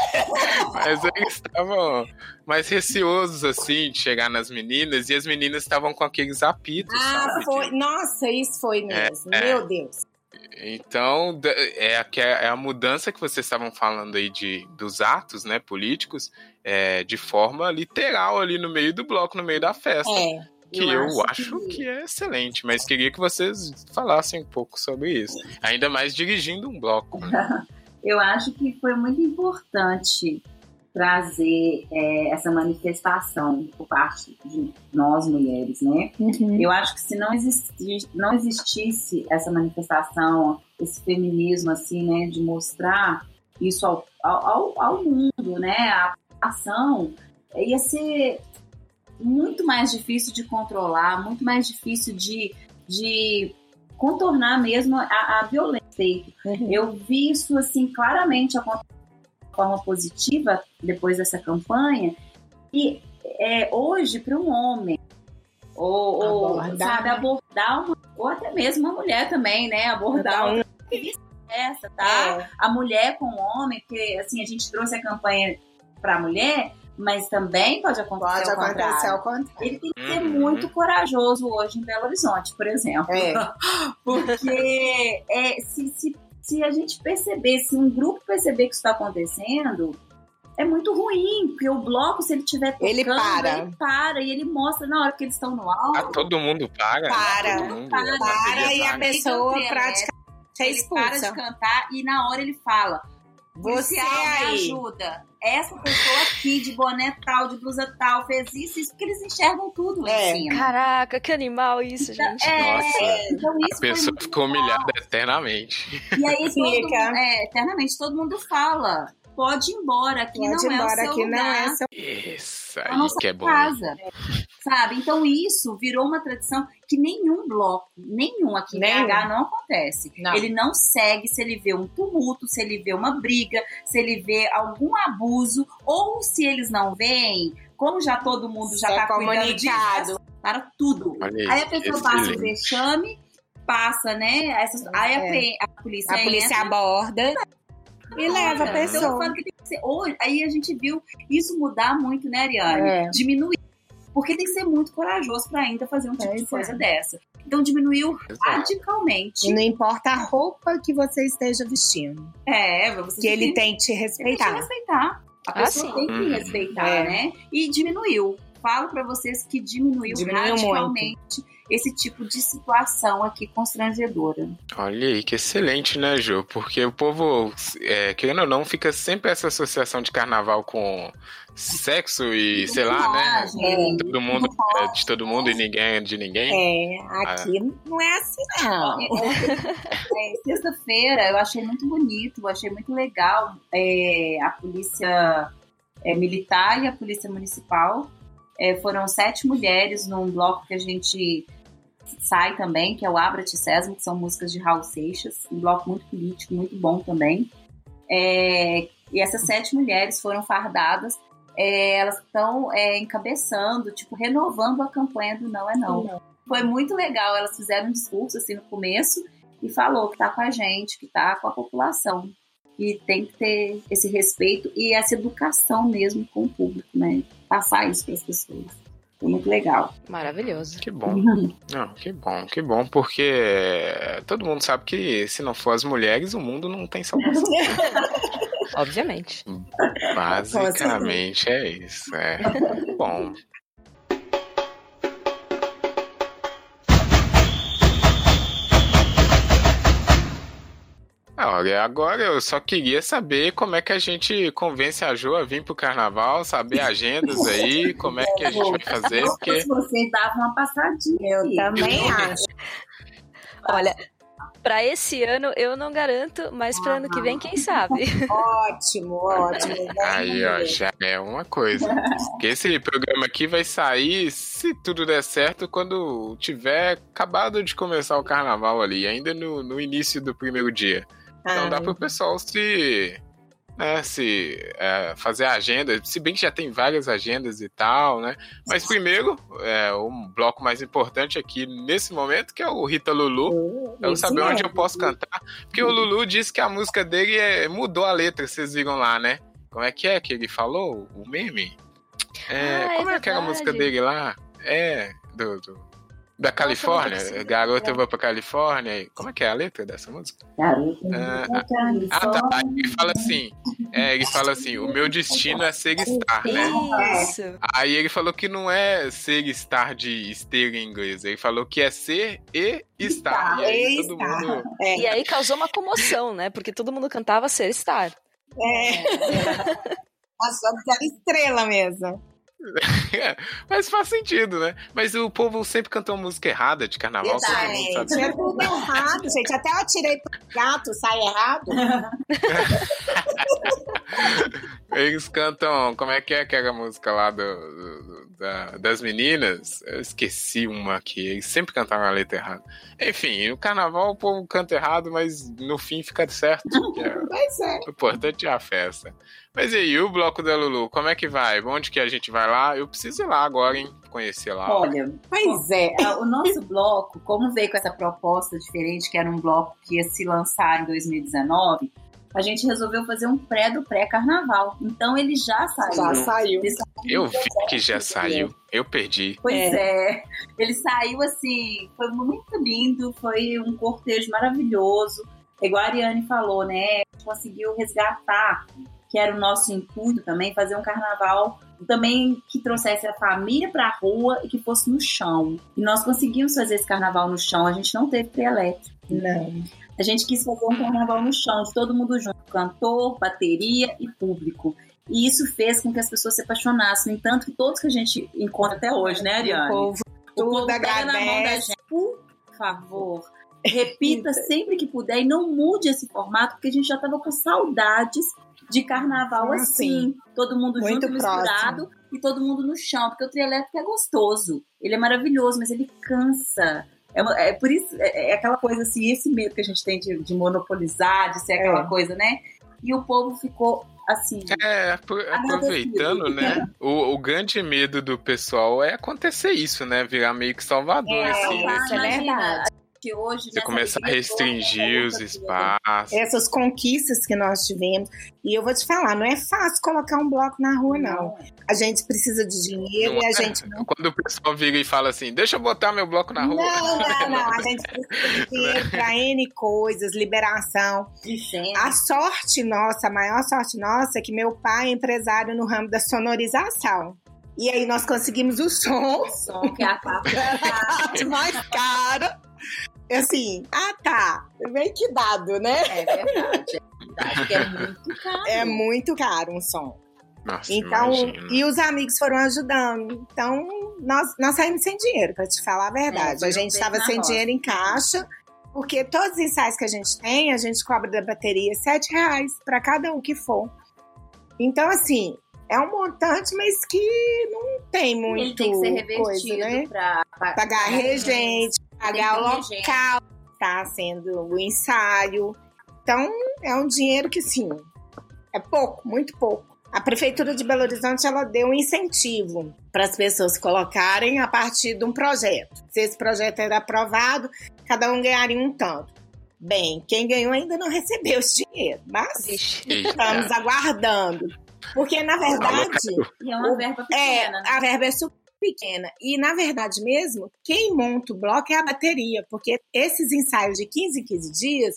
Mas eles estavam mais receosos, assim, de chegar nas meninas, e as meninas estavam com aqueles apitos, sabe? Foi. Nossa, isso foi mesmo. Meu Deus. Então, é a mudança que vocês estavam falando aí dos atos, né, políticos, de forma literal ali no meio do bloco, no meio da festa. Que eu acho que é excelente, mas queria que vocês falassem um pouco sobre isso. Ainda mais dirigindo um bloco. Né? Eu acho que foi muito importante trazer essa manifestação por parte de nós mulheres, né? Uhum. Eu acho que se não existisse essa manifestação, esse feminismo, assim, né, de mostrar isso ao mundo, né, a ação, ia ser muito mais difícil de controlar, muito mais difícil de contornar mesmo a violência. Uhum. Eu vi isso, assim, claramente acontecer de forma positiva depois dessa campanha. E hoje, para um homem, sabe, abordar ou até mesmo uma mulher também, né? Abordar essa, tá? A mulher com o homem, porque assim, a gente trouxe a campanha para a mulher, mas também pode acontecer ao contrário. Ele tem que ser muito corajoso hoje em Belo Horizonte, por exemplo. Porque se a gente perceber, se um grupo perceber que isso está acontecendo, é muito ruim, porque o bloco, se ele estiver tocando, ele para e ele mostra na hora que eles estão no alto. Todo mundo para. Para e a pessoa praticamente é expulsa. Ele para de cantar e na hora ele fala: você aí me ajuda. Essa pessoa aqui de boné tal, de blusa tal, fez isso, porque eles enxergam tudo lá em cima. Caraca, que animal isso, gente. Então isso a pessoa ficou humilhada eternamente. E aí eternamente todo mundo fala: pode ir embora, aqui não é o seu lugar. Isso aí que é bom. Casa. Sabe? Então isso virou uma tradição que nenhum bloco, nenhum aqui em BH não acontece. Não. Ele não segue se ele vê um tumulto, se ele vê uma briga, se ele vê algum abuso, ou se eles não veem, como já todo mundo já está cuidando disso, para tudo. Aí a pessoa passa o vexame, passa, né? Aí a polícia aborda e leva a pessoa. Então, que tem que ser, hoje, aí a gente viu isso mudar muito, né, Ariane? Diminuir. Porque tem que ser muito corajoso para ainda fazer um tipo de coisa dessa. Então diminuiu radicalmente. E não importa a roupa que você esteja vestindo. Você ele tem que te respeitar. Tem que te respeitar. A pessoa tem que respeitar, né? E diminuiu. Falo para vocês que diminuiu radicalmente muito esse tipo de situação aqui constrangedora. Olha aí, que excelente, né, Ju? Porque o povo, querendo ou não, fica sempre essa associação de carnaval com sexo e, sei lá, né? Todo mundo de todo mundo e ninguém de ninguém. Aqui não é assim, não. Sexta-feira eu achei muito bonito, eu achei muito legal a polícia militar e a polícia municipal. Foram 7 mulheres num bloco que a gente sai também, que é o Abra-te Sésamo, que são músicas de Raul Seixas, um bloco muito político, muito bom também. E essas 7 mulheres foram fardadas, elas estão encabeçando, tipo, renovando a campanha do Não é Não. Foi muito legal, elas fizeram um discurso assim no começo e falou que tá com a gente, que tá com a população. E tem que ter esse respeito e essa educação mesmo com o público, né? Passar isso para as pessoas. Foi muito legal. Maravilhoso. Que bom. Não, que bom, porque todo mundo sabe que se não for as mulheres, o mundo não tem salvação. Obviamente. Basicamente é isso. Bom. Olha, agora eu só queria saber como é que a gente convence a Jo a vir pro carnaval, saber agendas aí, como é que a gente vai fazer, porque... Vocês davam uma passadinha. Eu também acho. Olha, pra esse ano eu não garanto, mas pra ano que vem, quem sabe? Ótimo. Aí, ó, já é uma coisa. Porque esse programa aqui vai sair, se tudo der certo, quando tiver acabado de começar o carnaval ali, ainda no início do primeiro dia. Então dá pro pessoal fazer a agenda, se bem que já tem várias agendas e tal, né? Mas primeiro, o bloco mais importante aqui nesse momento, que é o Rita Lulu. Eu saber onde eu posso cantar. Porque o Lulu disse que a música dele mudou a letra, vocês viram lá, né? Como é que ele falou? O meme? Como é que era a música dele lá? Da Califórnia, Garota, eu vou pra Califórnia. Como é que é a letra dessa música? Tá. Ele fala assim, o meu destino é ser star, né? Isso. Aí ele falou que não é ser star de esteira em inglês, ele falou que é ser e estar. E aí todo mundo... E aí causou uma comoção, né? Porque todo mundo cantava ser star. Achando que era estrela mesmo. Mas faz sentido, né? Mas o povo sempre cantou música errada de carnaval. Todo mundo sabe. É tudo errado, gente. Até eu tirei pro gato, sai errado. Eles cantam. Como é que é aquela música lá das meninas? Eu esqueci uma aqui. Eles sempre cantavam a letra errada. Enfim, no carnaval o povo canta errado, mas no fim fica certo. O importante é a festa. Mas e aí, o bloco da Lulu, como é que vai? Onde que a gente vai lá? Eu preciso ir lá agora, hein? Conhecer lá. Olha, o nosso bloco, como veio com essa proposta diferente, que era um bloco que ia se lançar em 2019, a gente resolveu fazer um pré do pré-carnaval. Então ele já saiu. Eu vi que já saiu. Eu perdi. Pois é. Ele saiu assim, foi muito lindo, foi um cortejo maravilhoso. Igual a Ariane falou, né? Conseguiu resgatar, que era o nosso intuito também, fazer um carnaval também que trouxesse a família pra rua e que fosse no chão. E nós conseguimos fazer esse carnaval no chão, a gente não teve pré-elétrico. Não. A gente quis fazer um carnaval no chão, de todo mundo junto, cantor, bateria e público. E isso fez com que as pessoas se apaixonassem, no entanto que todos que a gente encontra até hoje, né, Ariane? O povo pega na mão da gente. Por favor, repita sempre que puder e não mude esse formato, porque a gente já estava com saudades de carnaval assim. Todo mundo muito junto, misturado, e todo mundo no chão, porque o trio elétrico é gostoso, ele é maravilhoso, mas ele cansa. Por isso, é aquela coisa assim, esse medo que a gente tem de monopolizar, de ser aquela coisa, né? E o povo ficou assim... aproveitando, né? O grande medo do pessoal é acontecer isso, né? Virar meio que Salvador, assim. Isso é verdade. Que hoje, você começa a restringir os espaços. Essas conquistas que nós tivemos. E eu vou te falar, não é fácil colocar um bloco na rua, não. A gente precisa de dinheiro e a gente não... Quando o pessoal vira e fala assim, deixa eu botar meu bloco na rua. Não. A gente precisa de dinheiro para N coisas, liberação. A sorte nossa, a maior sorte nossa é que meu pai é empresário no ramo da sonorização. E aí nós conseguimos o som. O som, que é a parte mais cara. Assim, bem que dado, né? É verdade. Que é muito caro. É muito caro um som. Nossa, então, imagina. E os amigos foram ajudando. Então, nós saímos sem dinheiro, pra te falar a verdade. A gente estava sem dinheiro em caixa, porque todos os ensaios que a gente tem, a gente cobra da bateria R$7 para cada um que for. Então, assim, é um montante, mas que não tem muito. Ele tem que ser revertido, coisa, né? Pra pagar regente, pagar o local que tá sendo o ensaio. Então, é um dinheiro que, sim, é pouco, muito pouco. A Prefeitura de Belo Horizonte, ela deu um incentivo para as pessoas se colocarem a partir de um projeto. Se esse projeto era aprovado, cada um ganharia um tanto. Bem, quem ganhou ainda não recebeu esse dinheiro, mas estamos aguardando. Porque, na verdade... E é uma verba pequena, né? A verba é super pequena. E, na verdade mesmo, quem monta o bloco é a bateria. Porque esses ensaios de 15 em 15 dias,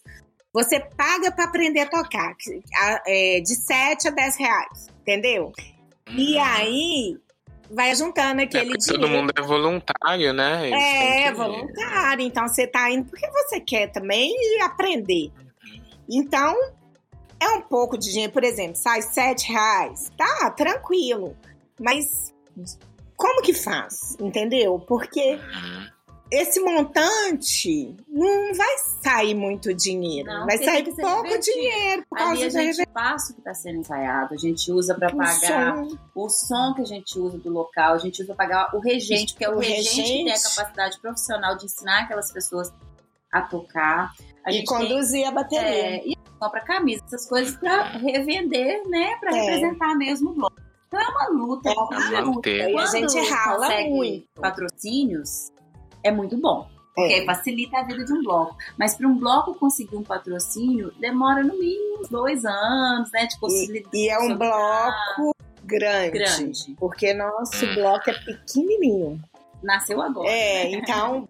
você paga para aprender a tocar, de 7 a 10 reais, entendeu? E aí vai juntando aquele dinheiro. Todo mundo é voluntário, né? Voluntário. Então você tá indo porque você quer também aprender. Então, é um pouco de dinheiro. Por exemplo, sai 7 reais. Tá, tranquilo. Mas como que faz? Entendeu? Porque esse montante não vai sair muito dinheiro. Não, vai sair pouco divertido. dinheiro. Por causa ali a gente passa o que está sendo ensaiado. A gente usa para pagar o som que a gente usa do local. A gente usa para pagar o regente, porque é o regente que tem a capacidade profissional de ensinar aquelas pessoas a tocar. E conduzir a bateria. E compra camisa, essas coisas para revender, né? Para representar mesmo o bloco. Então é uma luta. E a gente rala muito. Patrocínios, é muito bom. Porque facilita a vida de um bloco. Mas para um bloco conseguir um patrocínio, demora no mínimo 2 anos, né? E é um bloco grande. Porque nosso bloco é pequenininho. Nasceu agora. Então...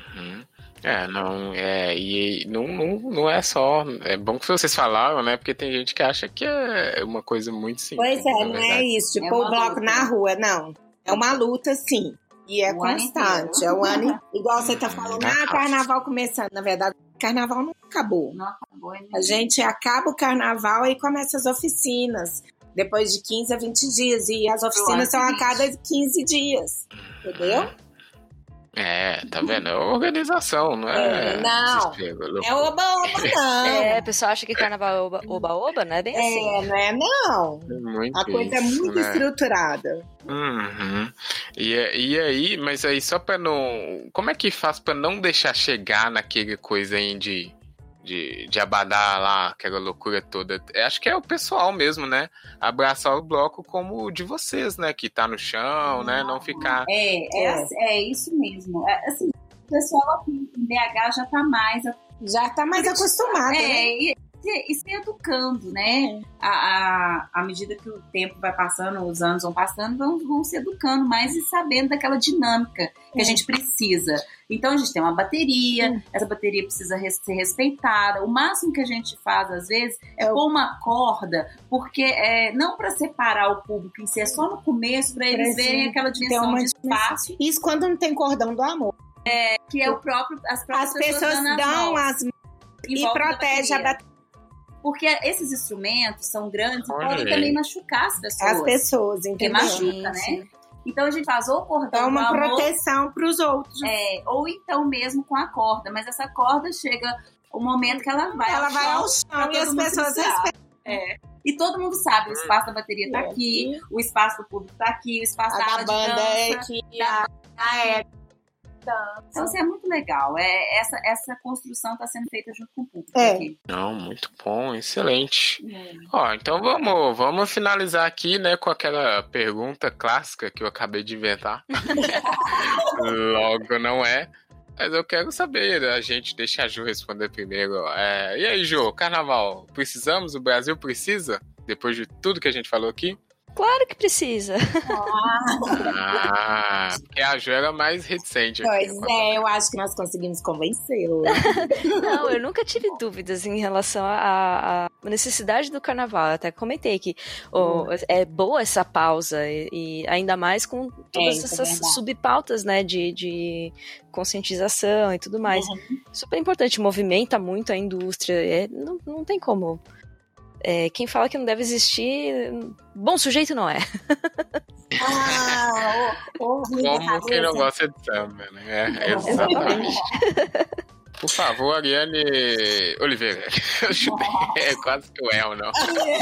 não é só. É bom que vocês falaram, né? Porque tem gente que acha que é uma coisa muito simples. Pois não é isso. Tipo, o bloco luta. Na rua, não. É uma luta, sim. E é constante. É o ano. Igual você tá falando, carnaval começando. Na verdade, o carnaval não acabou. Não acabou ainda. A gente acaba o carnaval e começa as oficinas. Depois de 15 a 20 dias. E as oficinas são a cada 15 dias. Entendeu? Tá vendo? É organização, não é? Não, é oba-oba, não. O pessoal acha que carnaval é oba-oba, não é bem assim. Não é, não. A coisa é muito estruturada. E aí, mas aí só pra não... Como é que faz pra não deixar chegar naquele coisa aí de abadar lá, aquela loucura toda? Acho que é o pessoal mesmo, né? Abraçar o bloco como o de vocês, né? Que tá no chão, né? Não ficar... É isso mesmo. Assim, o pessoal aqui em BH já tá mais acostumado, né? E se educando, né? À medida que o tempo vai passando, os anos vão passando, vão se educando mais e sabendo daquela dinâmica que a gente precisa. Então a gente tem uma bateria, essa bateria precisa ser respeitada. O máximo que a gente faz, às vezes, é pôr uma corda, porque não para separar o público em si, é só no começo, para eles verem aquela dimensão de espaço. Isso quando não tem cordão do amor. Que é o próprio. As pessoas dão as mãos e protege a bateria. Porque esses instrumentos são grandes e podem também machucar as pessoas. As pessoas, entendeu? Porque machuca, né? Então a gente faz ou cordão dá uma proteção para os outros. Ou então mesmo com a corda. Mas essa corda chega o momento que ela vai ao chão e as pessoas respeitam. E todo mundo sabe, o espaço da bateria tá aqui, o espaço do público tá aqui, o espaço da aula de banda dança, é aqui. Então, isso é muito legal. Essa construção está sendo feita junto com o público aqui. Não, muito bom, excelente. Então vamos finalizar aqui, né, com aquela pergunta clássica que eu acabei de inventar. Logo não é. Mas eu quero saber, a gente deixa a Ju responder primeiro. E aí, Ju, carnaval, precisamos? O Brasil precisa? Depois de tudo que a gente falou aqui? Claro que precisa. Porque a Jo era mais reticente. Pois eu acho que nós conseguimos convencê-la. Não, eu nunca tive dúvidas em relação à necessidade do carnaval. Eu até comentei que é boa essa pausa, e ainda mais com todas essas subpautas, né, de conscientização e tudo mais. Super importante, movimenta muito a indústria. Não tem como... quem fala que não deve existir, bom sujeito não é. Como quem não gosta de samba, né? Exatamente. Por favor, Ariane Oliveira. Eu chutei, quase que eu erro, não.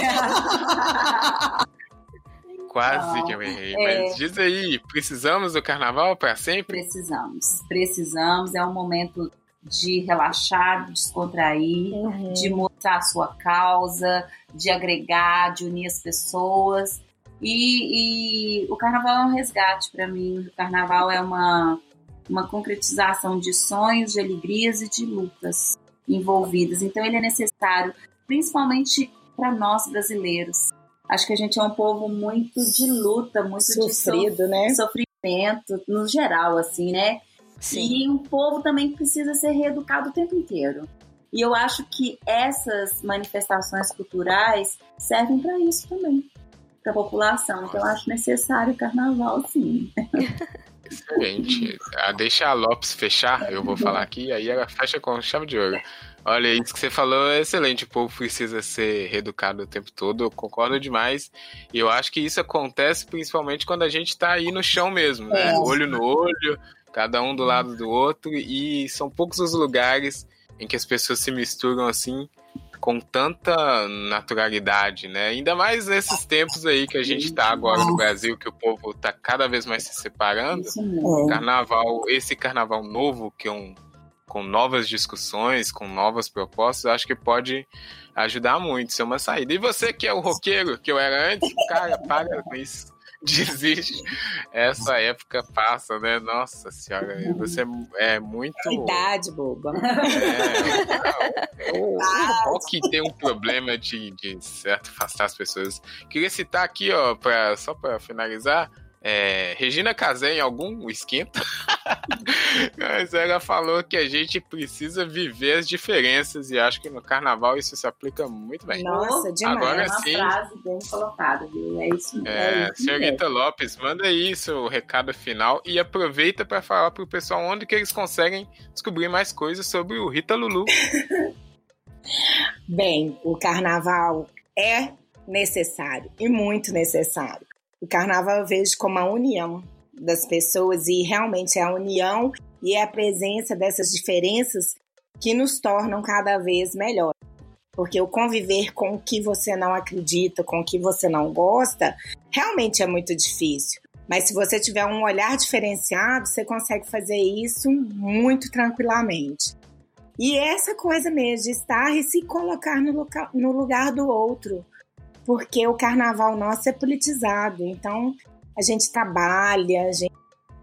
Quase que eu errei. Mas diz aí, precisamos do carnaval para sempre? Precisamos. É um momento de relaxar, de descontrair, de mostrar a sua causa, de agregar, de unir as pessoas. E o carnaval é um resgate para mim. O carnaval é uma concretização de sonhos, de alegrias e de lutas envolvidas. Então ele é necessário, principalmente para nós brasileiros. Acho que a gente é um povo muito de luta, muito sofrido, né? Sofrimento, no geral, assim, né? Sim. E o povo também precisa ser reeducado o tempo inteiro. E eu acho que essas manifestações culturais servem para isso também, para a população. Então, eu acho necessário o carnaval, sim. Excelente. Deixa a Lopes fechar, eu vou falar aqui, aí ela fecha com chave de ouro. Olha, isso que você falou é excelente, o povo precisa ser reeducado o tempo todo, eu concordo demais. E eu acho que isso acontece principalmente quando a gente tá aí no chão mesmo, né? Olho no olho, cada um do lado do outro, e são poucos os lugares em que as pessoas se misturam assim, com tanta naturalidade, né? Ainda mais nesses tempos aí que a gente tá agora no Brasil, que o povo tá cada vez mais se separando. Esse carnaval novo, que com novas discussões, com novas propostas, acho que pode ajudar muito, ser uma saída. E você que é o roqueiro que eu era antes, cara, para com isso. Desiste. Essa época passa, né? Nossa senhora, você é muito... Idade, boba. O rock tem um problema de certo, afastar as pessoas. Queria citar aqui, ó, só pra finalizar, Regina Casé em algum esquenta, mas ela falou que a gente precisa viver as diferenças e acho que no carnaval isso se aplica muito bem. Nossa, demais. Agora é uma sim, frase bem colocada, viu? É isso mesmo. Senhorita Lopes, manda aí seu recado final e aproveita para falar pro pessoal onde que eles conseguem descobrir mais coisas sobre o Rita Lulu. Bem, o carnaval é necessário e muito necessário. O carnaval eu vejo como a união das pessoas e realmente é a união e é a presença dessas diferenças que nos tornam cada vez melhores. Porque o conviver com o que você não acredita, com o que você não gosta, realmente é muito difícil. Mas se você tiver um olhar diferenciado, você consegue fazer isso muito tranquilamente. E essa coisa mesmo de estar e se colocar no lugar do outro. Porque o carnaval nosso é politizado, então a gente trabalha, a gente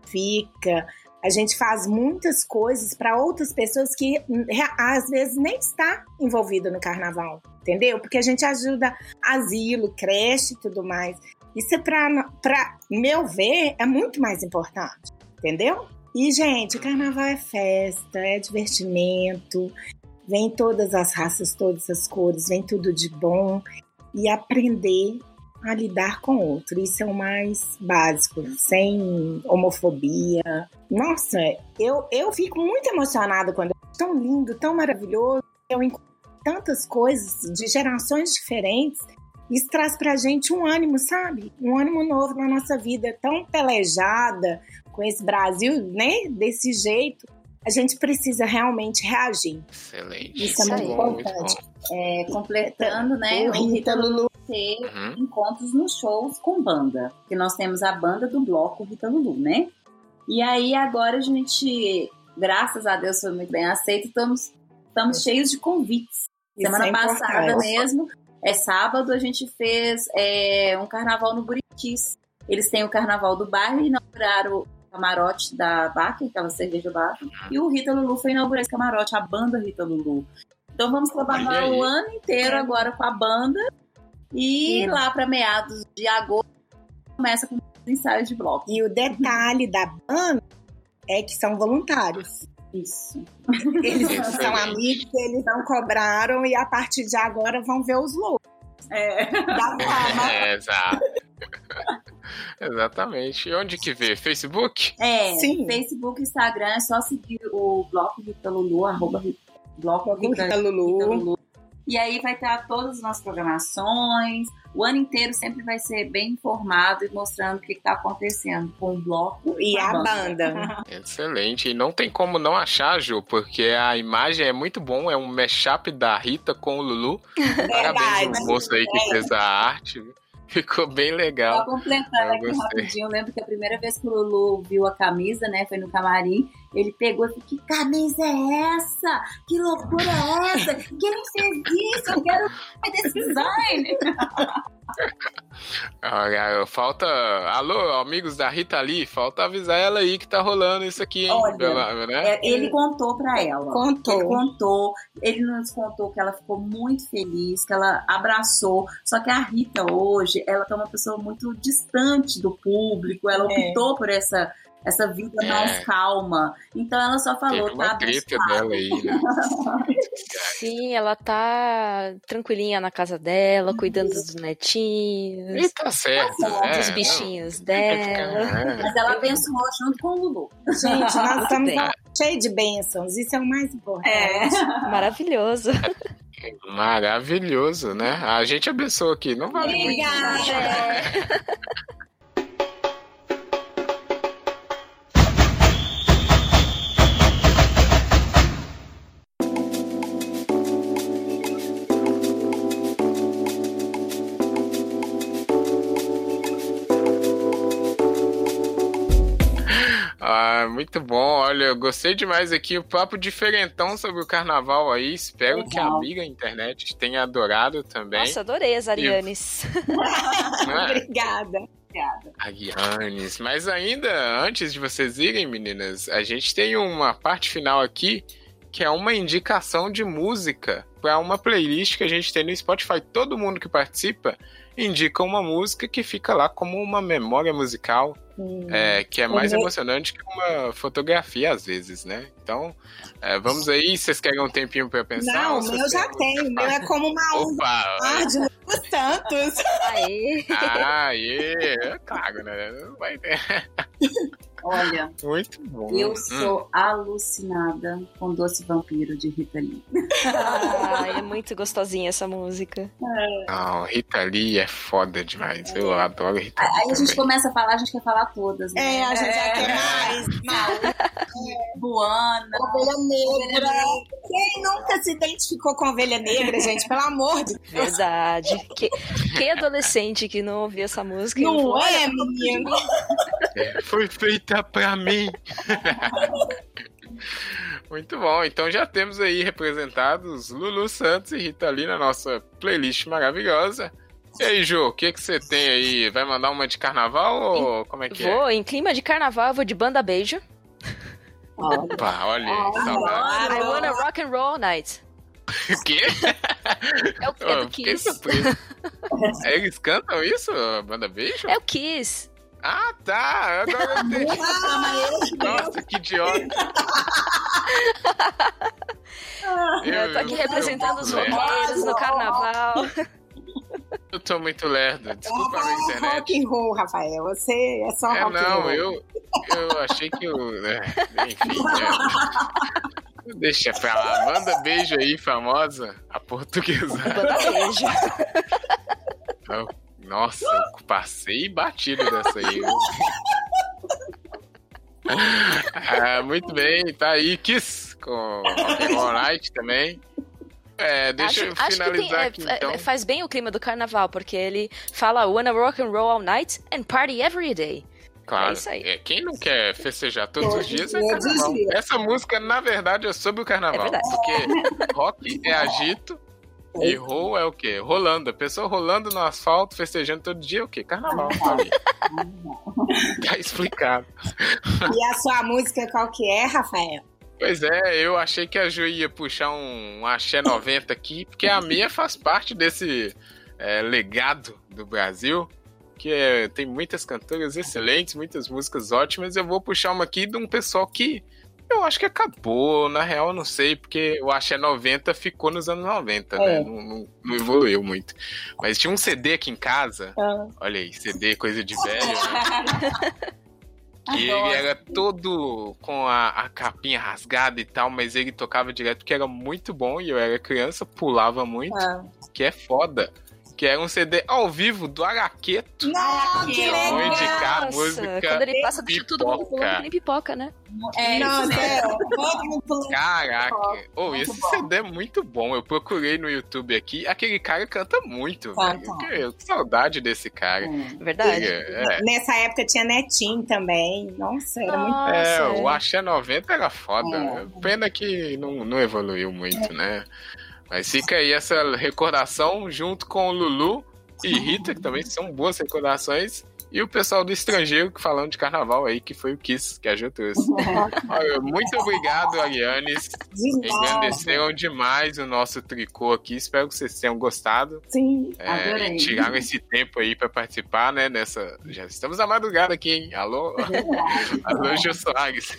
fica, a gente faz muitas coisas para outras pessoas que às vezes nem está envolvida no carnaval, entendeu? Porque a gente ajuda asilo, creche e tudo mais. Isso para meu ver, é muito mais importante, entendeu? E, gente, o carnaval é festa, é divertimento, vem todas as raças, todas as cores, vem tudo de bom. E aprender a lidar com o outro. Isso é o mais básico, sem homofobia. Nossa, eu fico muito emocionada quando é tão lindo, tão maravilhoso. Eu encontro tantas coisas de gerações diferentes. Isso traz pra gente um ânimo, sabe? Um ânimo novo na nossa vida, tão pelejada com esse Brasil, né? Desse jeito. A gente precisa realmente reagir. Excelente. Isso é muito importante. Completando, né? O Rita Lulu ter encontros nos shows com banda. Porque nós temos a banda do bloco Rita Lulu, né? E aí agora a gente, graças a Deus, foi muito bem aceito. Estamos cheios de convites. Semana passada mesmo, sábado, a gente fez um carnaval no Buritis. Eles têm o carnaval do bairro e inauguraram camarote da Baker, aquela cerveja Baker, e o Rita Lulu foi inaugurar esse camarote, a banda Rita Lulu. Então vamos trabalhar o ano inteiro agora com a banda e lá para meados de agosto começa com os ensaios de bloco. E o detalhe da banda é que são voluntários. Isso. Eles são amigos, eles não cobraram e a partir de agora vão ver os loucos. Da forma. Exato. Exatamente. E onde que vê? Facebook? Sim. Facebook, Instagram, é só seguir o Bloco Rita Lulu, Bloco Rita Lulu. E aí vai ter todas as nossas programações. O ano inteiro sempre vai ser bem informado e mostrando o que está acontecendo com o bloco e a banda. Excelente. E não tem como não achar, Ju, porque a imagem é muito bom. É um mashup da Rita com o Lulu. Parabéns ao moço aí que fez a arte. Ficou bem legal. Só completando aqui rapidinho, eu lembro que a primeira vez que o Lulu viu a camisa, né, foi no camarim, ele pegou e falou, que camisa é essa? Que loucura é essa? Quem fez isso? Eu quero desse design. Olha, falta... Alô, amigos da Rita Lee, falta avisar ela aí que tá rolando isso aqui, hein? Olha, né? Ele contou pra ela. Ele nos contou que ela ficou muito feliz, que ela abraçou. Só que a Rita hoje, ela tá uma pessoa muito distante do público, ela optou por essa essa vida mais calma. Então ela só falou, Teve uma treta dela aí, né? Sim, ela tá tranquilinha na casa dela, cuidando dos netinhos. E tá certo, dos bichinhos dela. Mas ela abençoou junto com o Lulu. Gente, nós estamos cheios de bênçãos. Isso é o mais importante. Maravilhoso. Maravilhoso, né? A gente abençoa aqui, não vale muito. Muito bom, olha, eu gostei demais aqui, o papo diferentão sobre o carnaval aí, espero que a amiga internet tenha adorado também. Nossa, adorei as Arianes. Obrigada. Arianes, mas ainda antes de vocês irem, meninas, a gente tem uma parte final aqui, que é uma indicação de música para uma playlist que a gente tem no Spotify. Todo mundo que participa indica uma música que fica lá como uma memória musical, que é mais emocionante que uma fotografia às vezes, né? Então, vamos aí, vocês querem um tempinho para pensar? Não, o meu já tem, o meu é como uma uva de Lulu Santos. Aê, claro, né? Não vai ter. Olha, muito bom. Eu sou alucinada com Doce Vampiro de Rita Lee. É muito gostosinha essa música. Não, Rita Lee é foda demais. Eu adoro Rita Lee. Aí a gente começa a falar, a gente quer falar todas, né? A gente já quer mais. Buana, Ovelha Negra. Quem nunca se identificou com Ovelha Negra, gente? Pelo amor de Deus. Verdade. Que adolescente que não ouviu essa música? Não é, menino? Foi feita pra mim. Muito bom, então já temos aí representados Lulu Santos e Rita Lee na nossa playlist maravilhosa. E aí, Jô, o que você tem aí? Vai mandar uma de carnaval ou como é que Vou, em clima de carnaval, eu vou de Banda Beijo. Opa, olha aí. I wanna rock and roll all night. O quê? É do Kiss. Eles cantam isso, Banda Beijo? É o Kiss. Ah, tá. Agora eu entendi. Nossa, que idiota. Eu tô aqui representando os roqueiros no carnaval. Eu tô muito lerdo. Desculpa a minha internet. Rock and roll, Rafael. Você é só rock and roll. Não, eu achei que enfim. Deixa pra lá. Manda beijo aí, famosa. A portuguesa. Manda beijo. Nossa, eu passei batido dessa aí. Muito bem, tá aí Kiss com All Night também. Deixa eu finalizar aqui então. Faz bem o clima do carnaval, porque ele fala wanna rock and roll all night and party every day. Claro, é isso aí. Quem não quer festejar todos os dias é carnaval. Essa música, na verdade, é sobre o carnaval. Porque rock é agito. E roll é o quê? Rolando. A pessoa rolando no asfalto, festejando todo dia, é o quê? Carnaval. Tá explicado. E a sua música qual que é, Rafael? Pois é, eu achei que a Ju ia puxar um Axé 90 aqui, porque a minha faz parte desse legado do Brasil, que tem muitas cantoras excelentes, muitas músicas ótimas. Eu vou puxar uma aqui de um pessoal que eu acho que acabou, na real, não sei, porque eu acho que 90 ficou nos anos 90, né? Não evoluiu muito. Mas tinha um CD aqui em casa, olha aí, CD, coisa de velho, né? E ele era todo com a capinha rasgada e tal, mas ele tocava direto porque era muito bom e eu era criança, pulava muito, que é foda. Que era um CD ao vivo do Araqueto. Nossa, que legal! Vou indicar a música. Quando ele passa, deixa todo mundo pulando que nem pipoca, né? Caraca. Esse CD é muito bom. Eu procurei no YouTube aqui. Aquele cara canta muito, velho. Que saudade desse cara. Verdade. Nessa época tinha Netinho também. Nossa, era muito... o Axé 90 era foda. Pena que não evoluiu muito, né? Mas fica aí essa recordação junto com o Lulu e Rita, que também são boas recordações. E o pessoal do estrangeiro falando de carnaval aí, que foi o Kiss, que a Jô trouxe. Olha, muito obrigado, Arianes. Engrandeceram demais o nosso tricô aqui. Espero que vocês tenham gostado. Sim, adorei. Tiraram esse tempo aí pra participar, né? Já estamos à madrugada aqui, hein? Alô? Alô, Jô Soares.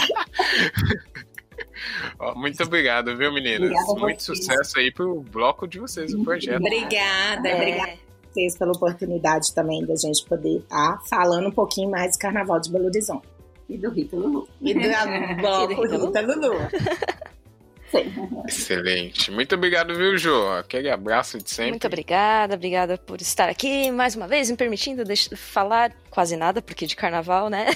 Muito obrigado, viu, meninas? Muito sucesso aí pro bloco de vocês, o projeto. Obrigada a vocês pela oportunidade também da gente poder estar falando um pouquinho mais do Carnaval de Belo Horizonte. E do Rita Lulu. E do bloco Rita Lulu. Excelente. Muito obrigado, viu, Jô? Aquele abraço de sempre. Muito obrigada por estar aqui mais uma vez, me permitindo falar quase nada, porque de carnaval, né?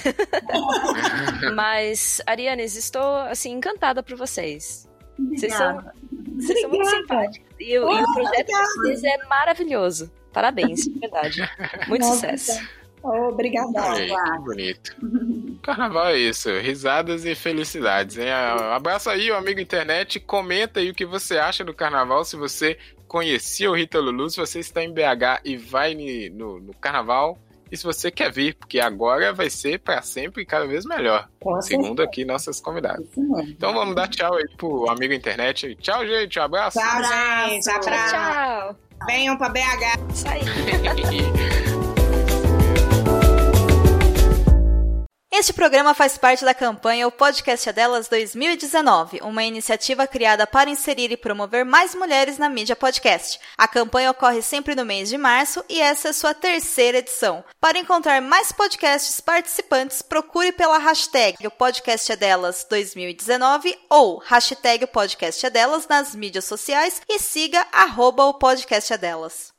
Mas, Arianes, estou, assim, encantada por vocês. Vocês são muito simpáticos. E o projeto de vocês é maravilhoso. Parabéns, de verdade. Muito sucesso. Obrigada. Que bonito. Carnaval é isso, risadas e felicidades, hein? Abraço aí, o amigo internet, comenta aí o que você acha do carnaval, se você conhecia o Rita Lulu, se você está em BH e vai no carnaval, e se você quer vir, porque agora vai ser para sempre e cada vez melhor, segundo aqui nossas convidadas. Então vamos dar tchau aí pro amigo internet. Tchau, gente, um abraço. Tchau, gente, abraço. Tchau. Venham para BH. Isso aí. Este programa faz parte da campanha O Podcast é Delas 2019, uma iniciativa criada para inserir e promover mais mulheres na mídia podcast. A campanha ocorre sempre no mês de março e essa é sua 3ª edição. Para encontrar mais podcasts participantes, procure pela hashtag O Podcast é Delas 2019 ou hashtag O Podcast é Delas nas mídias sociais e siga @O Podcast é Delas.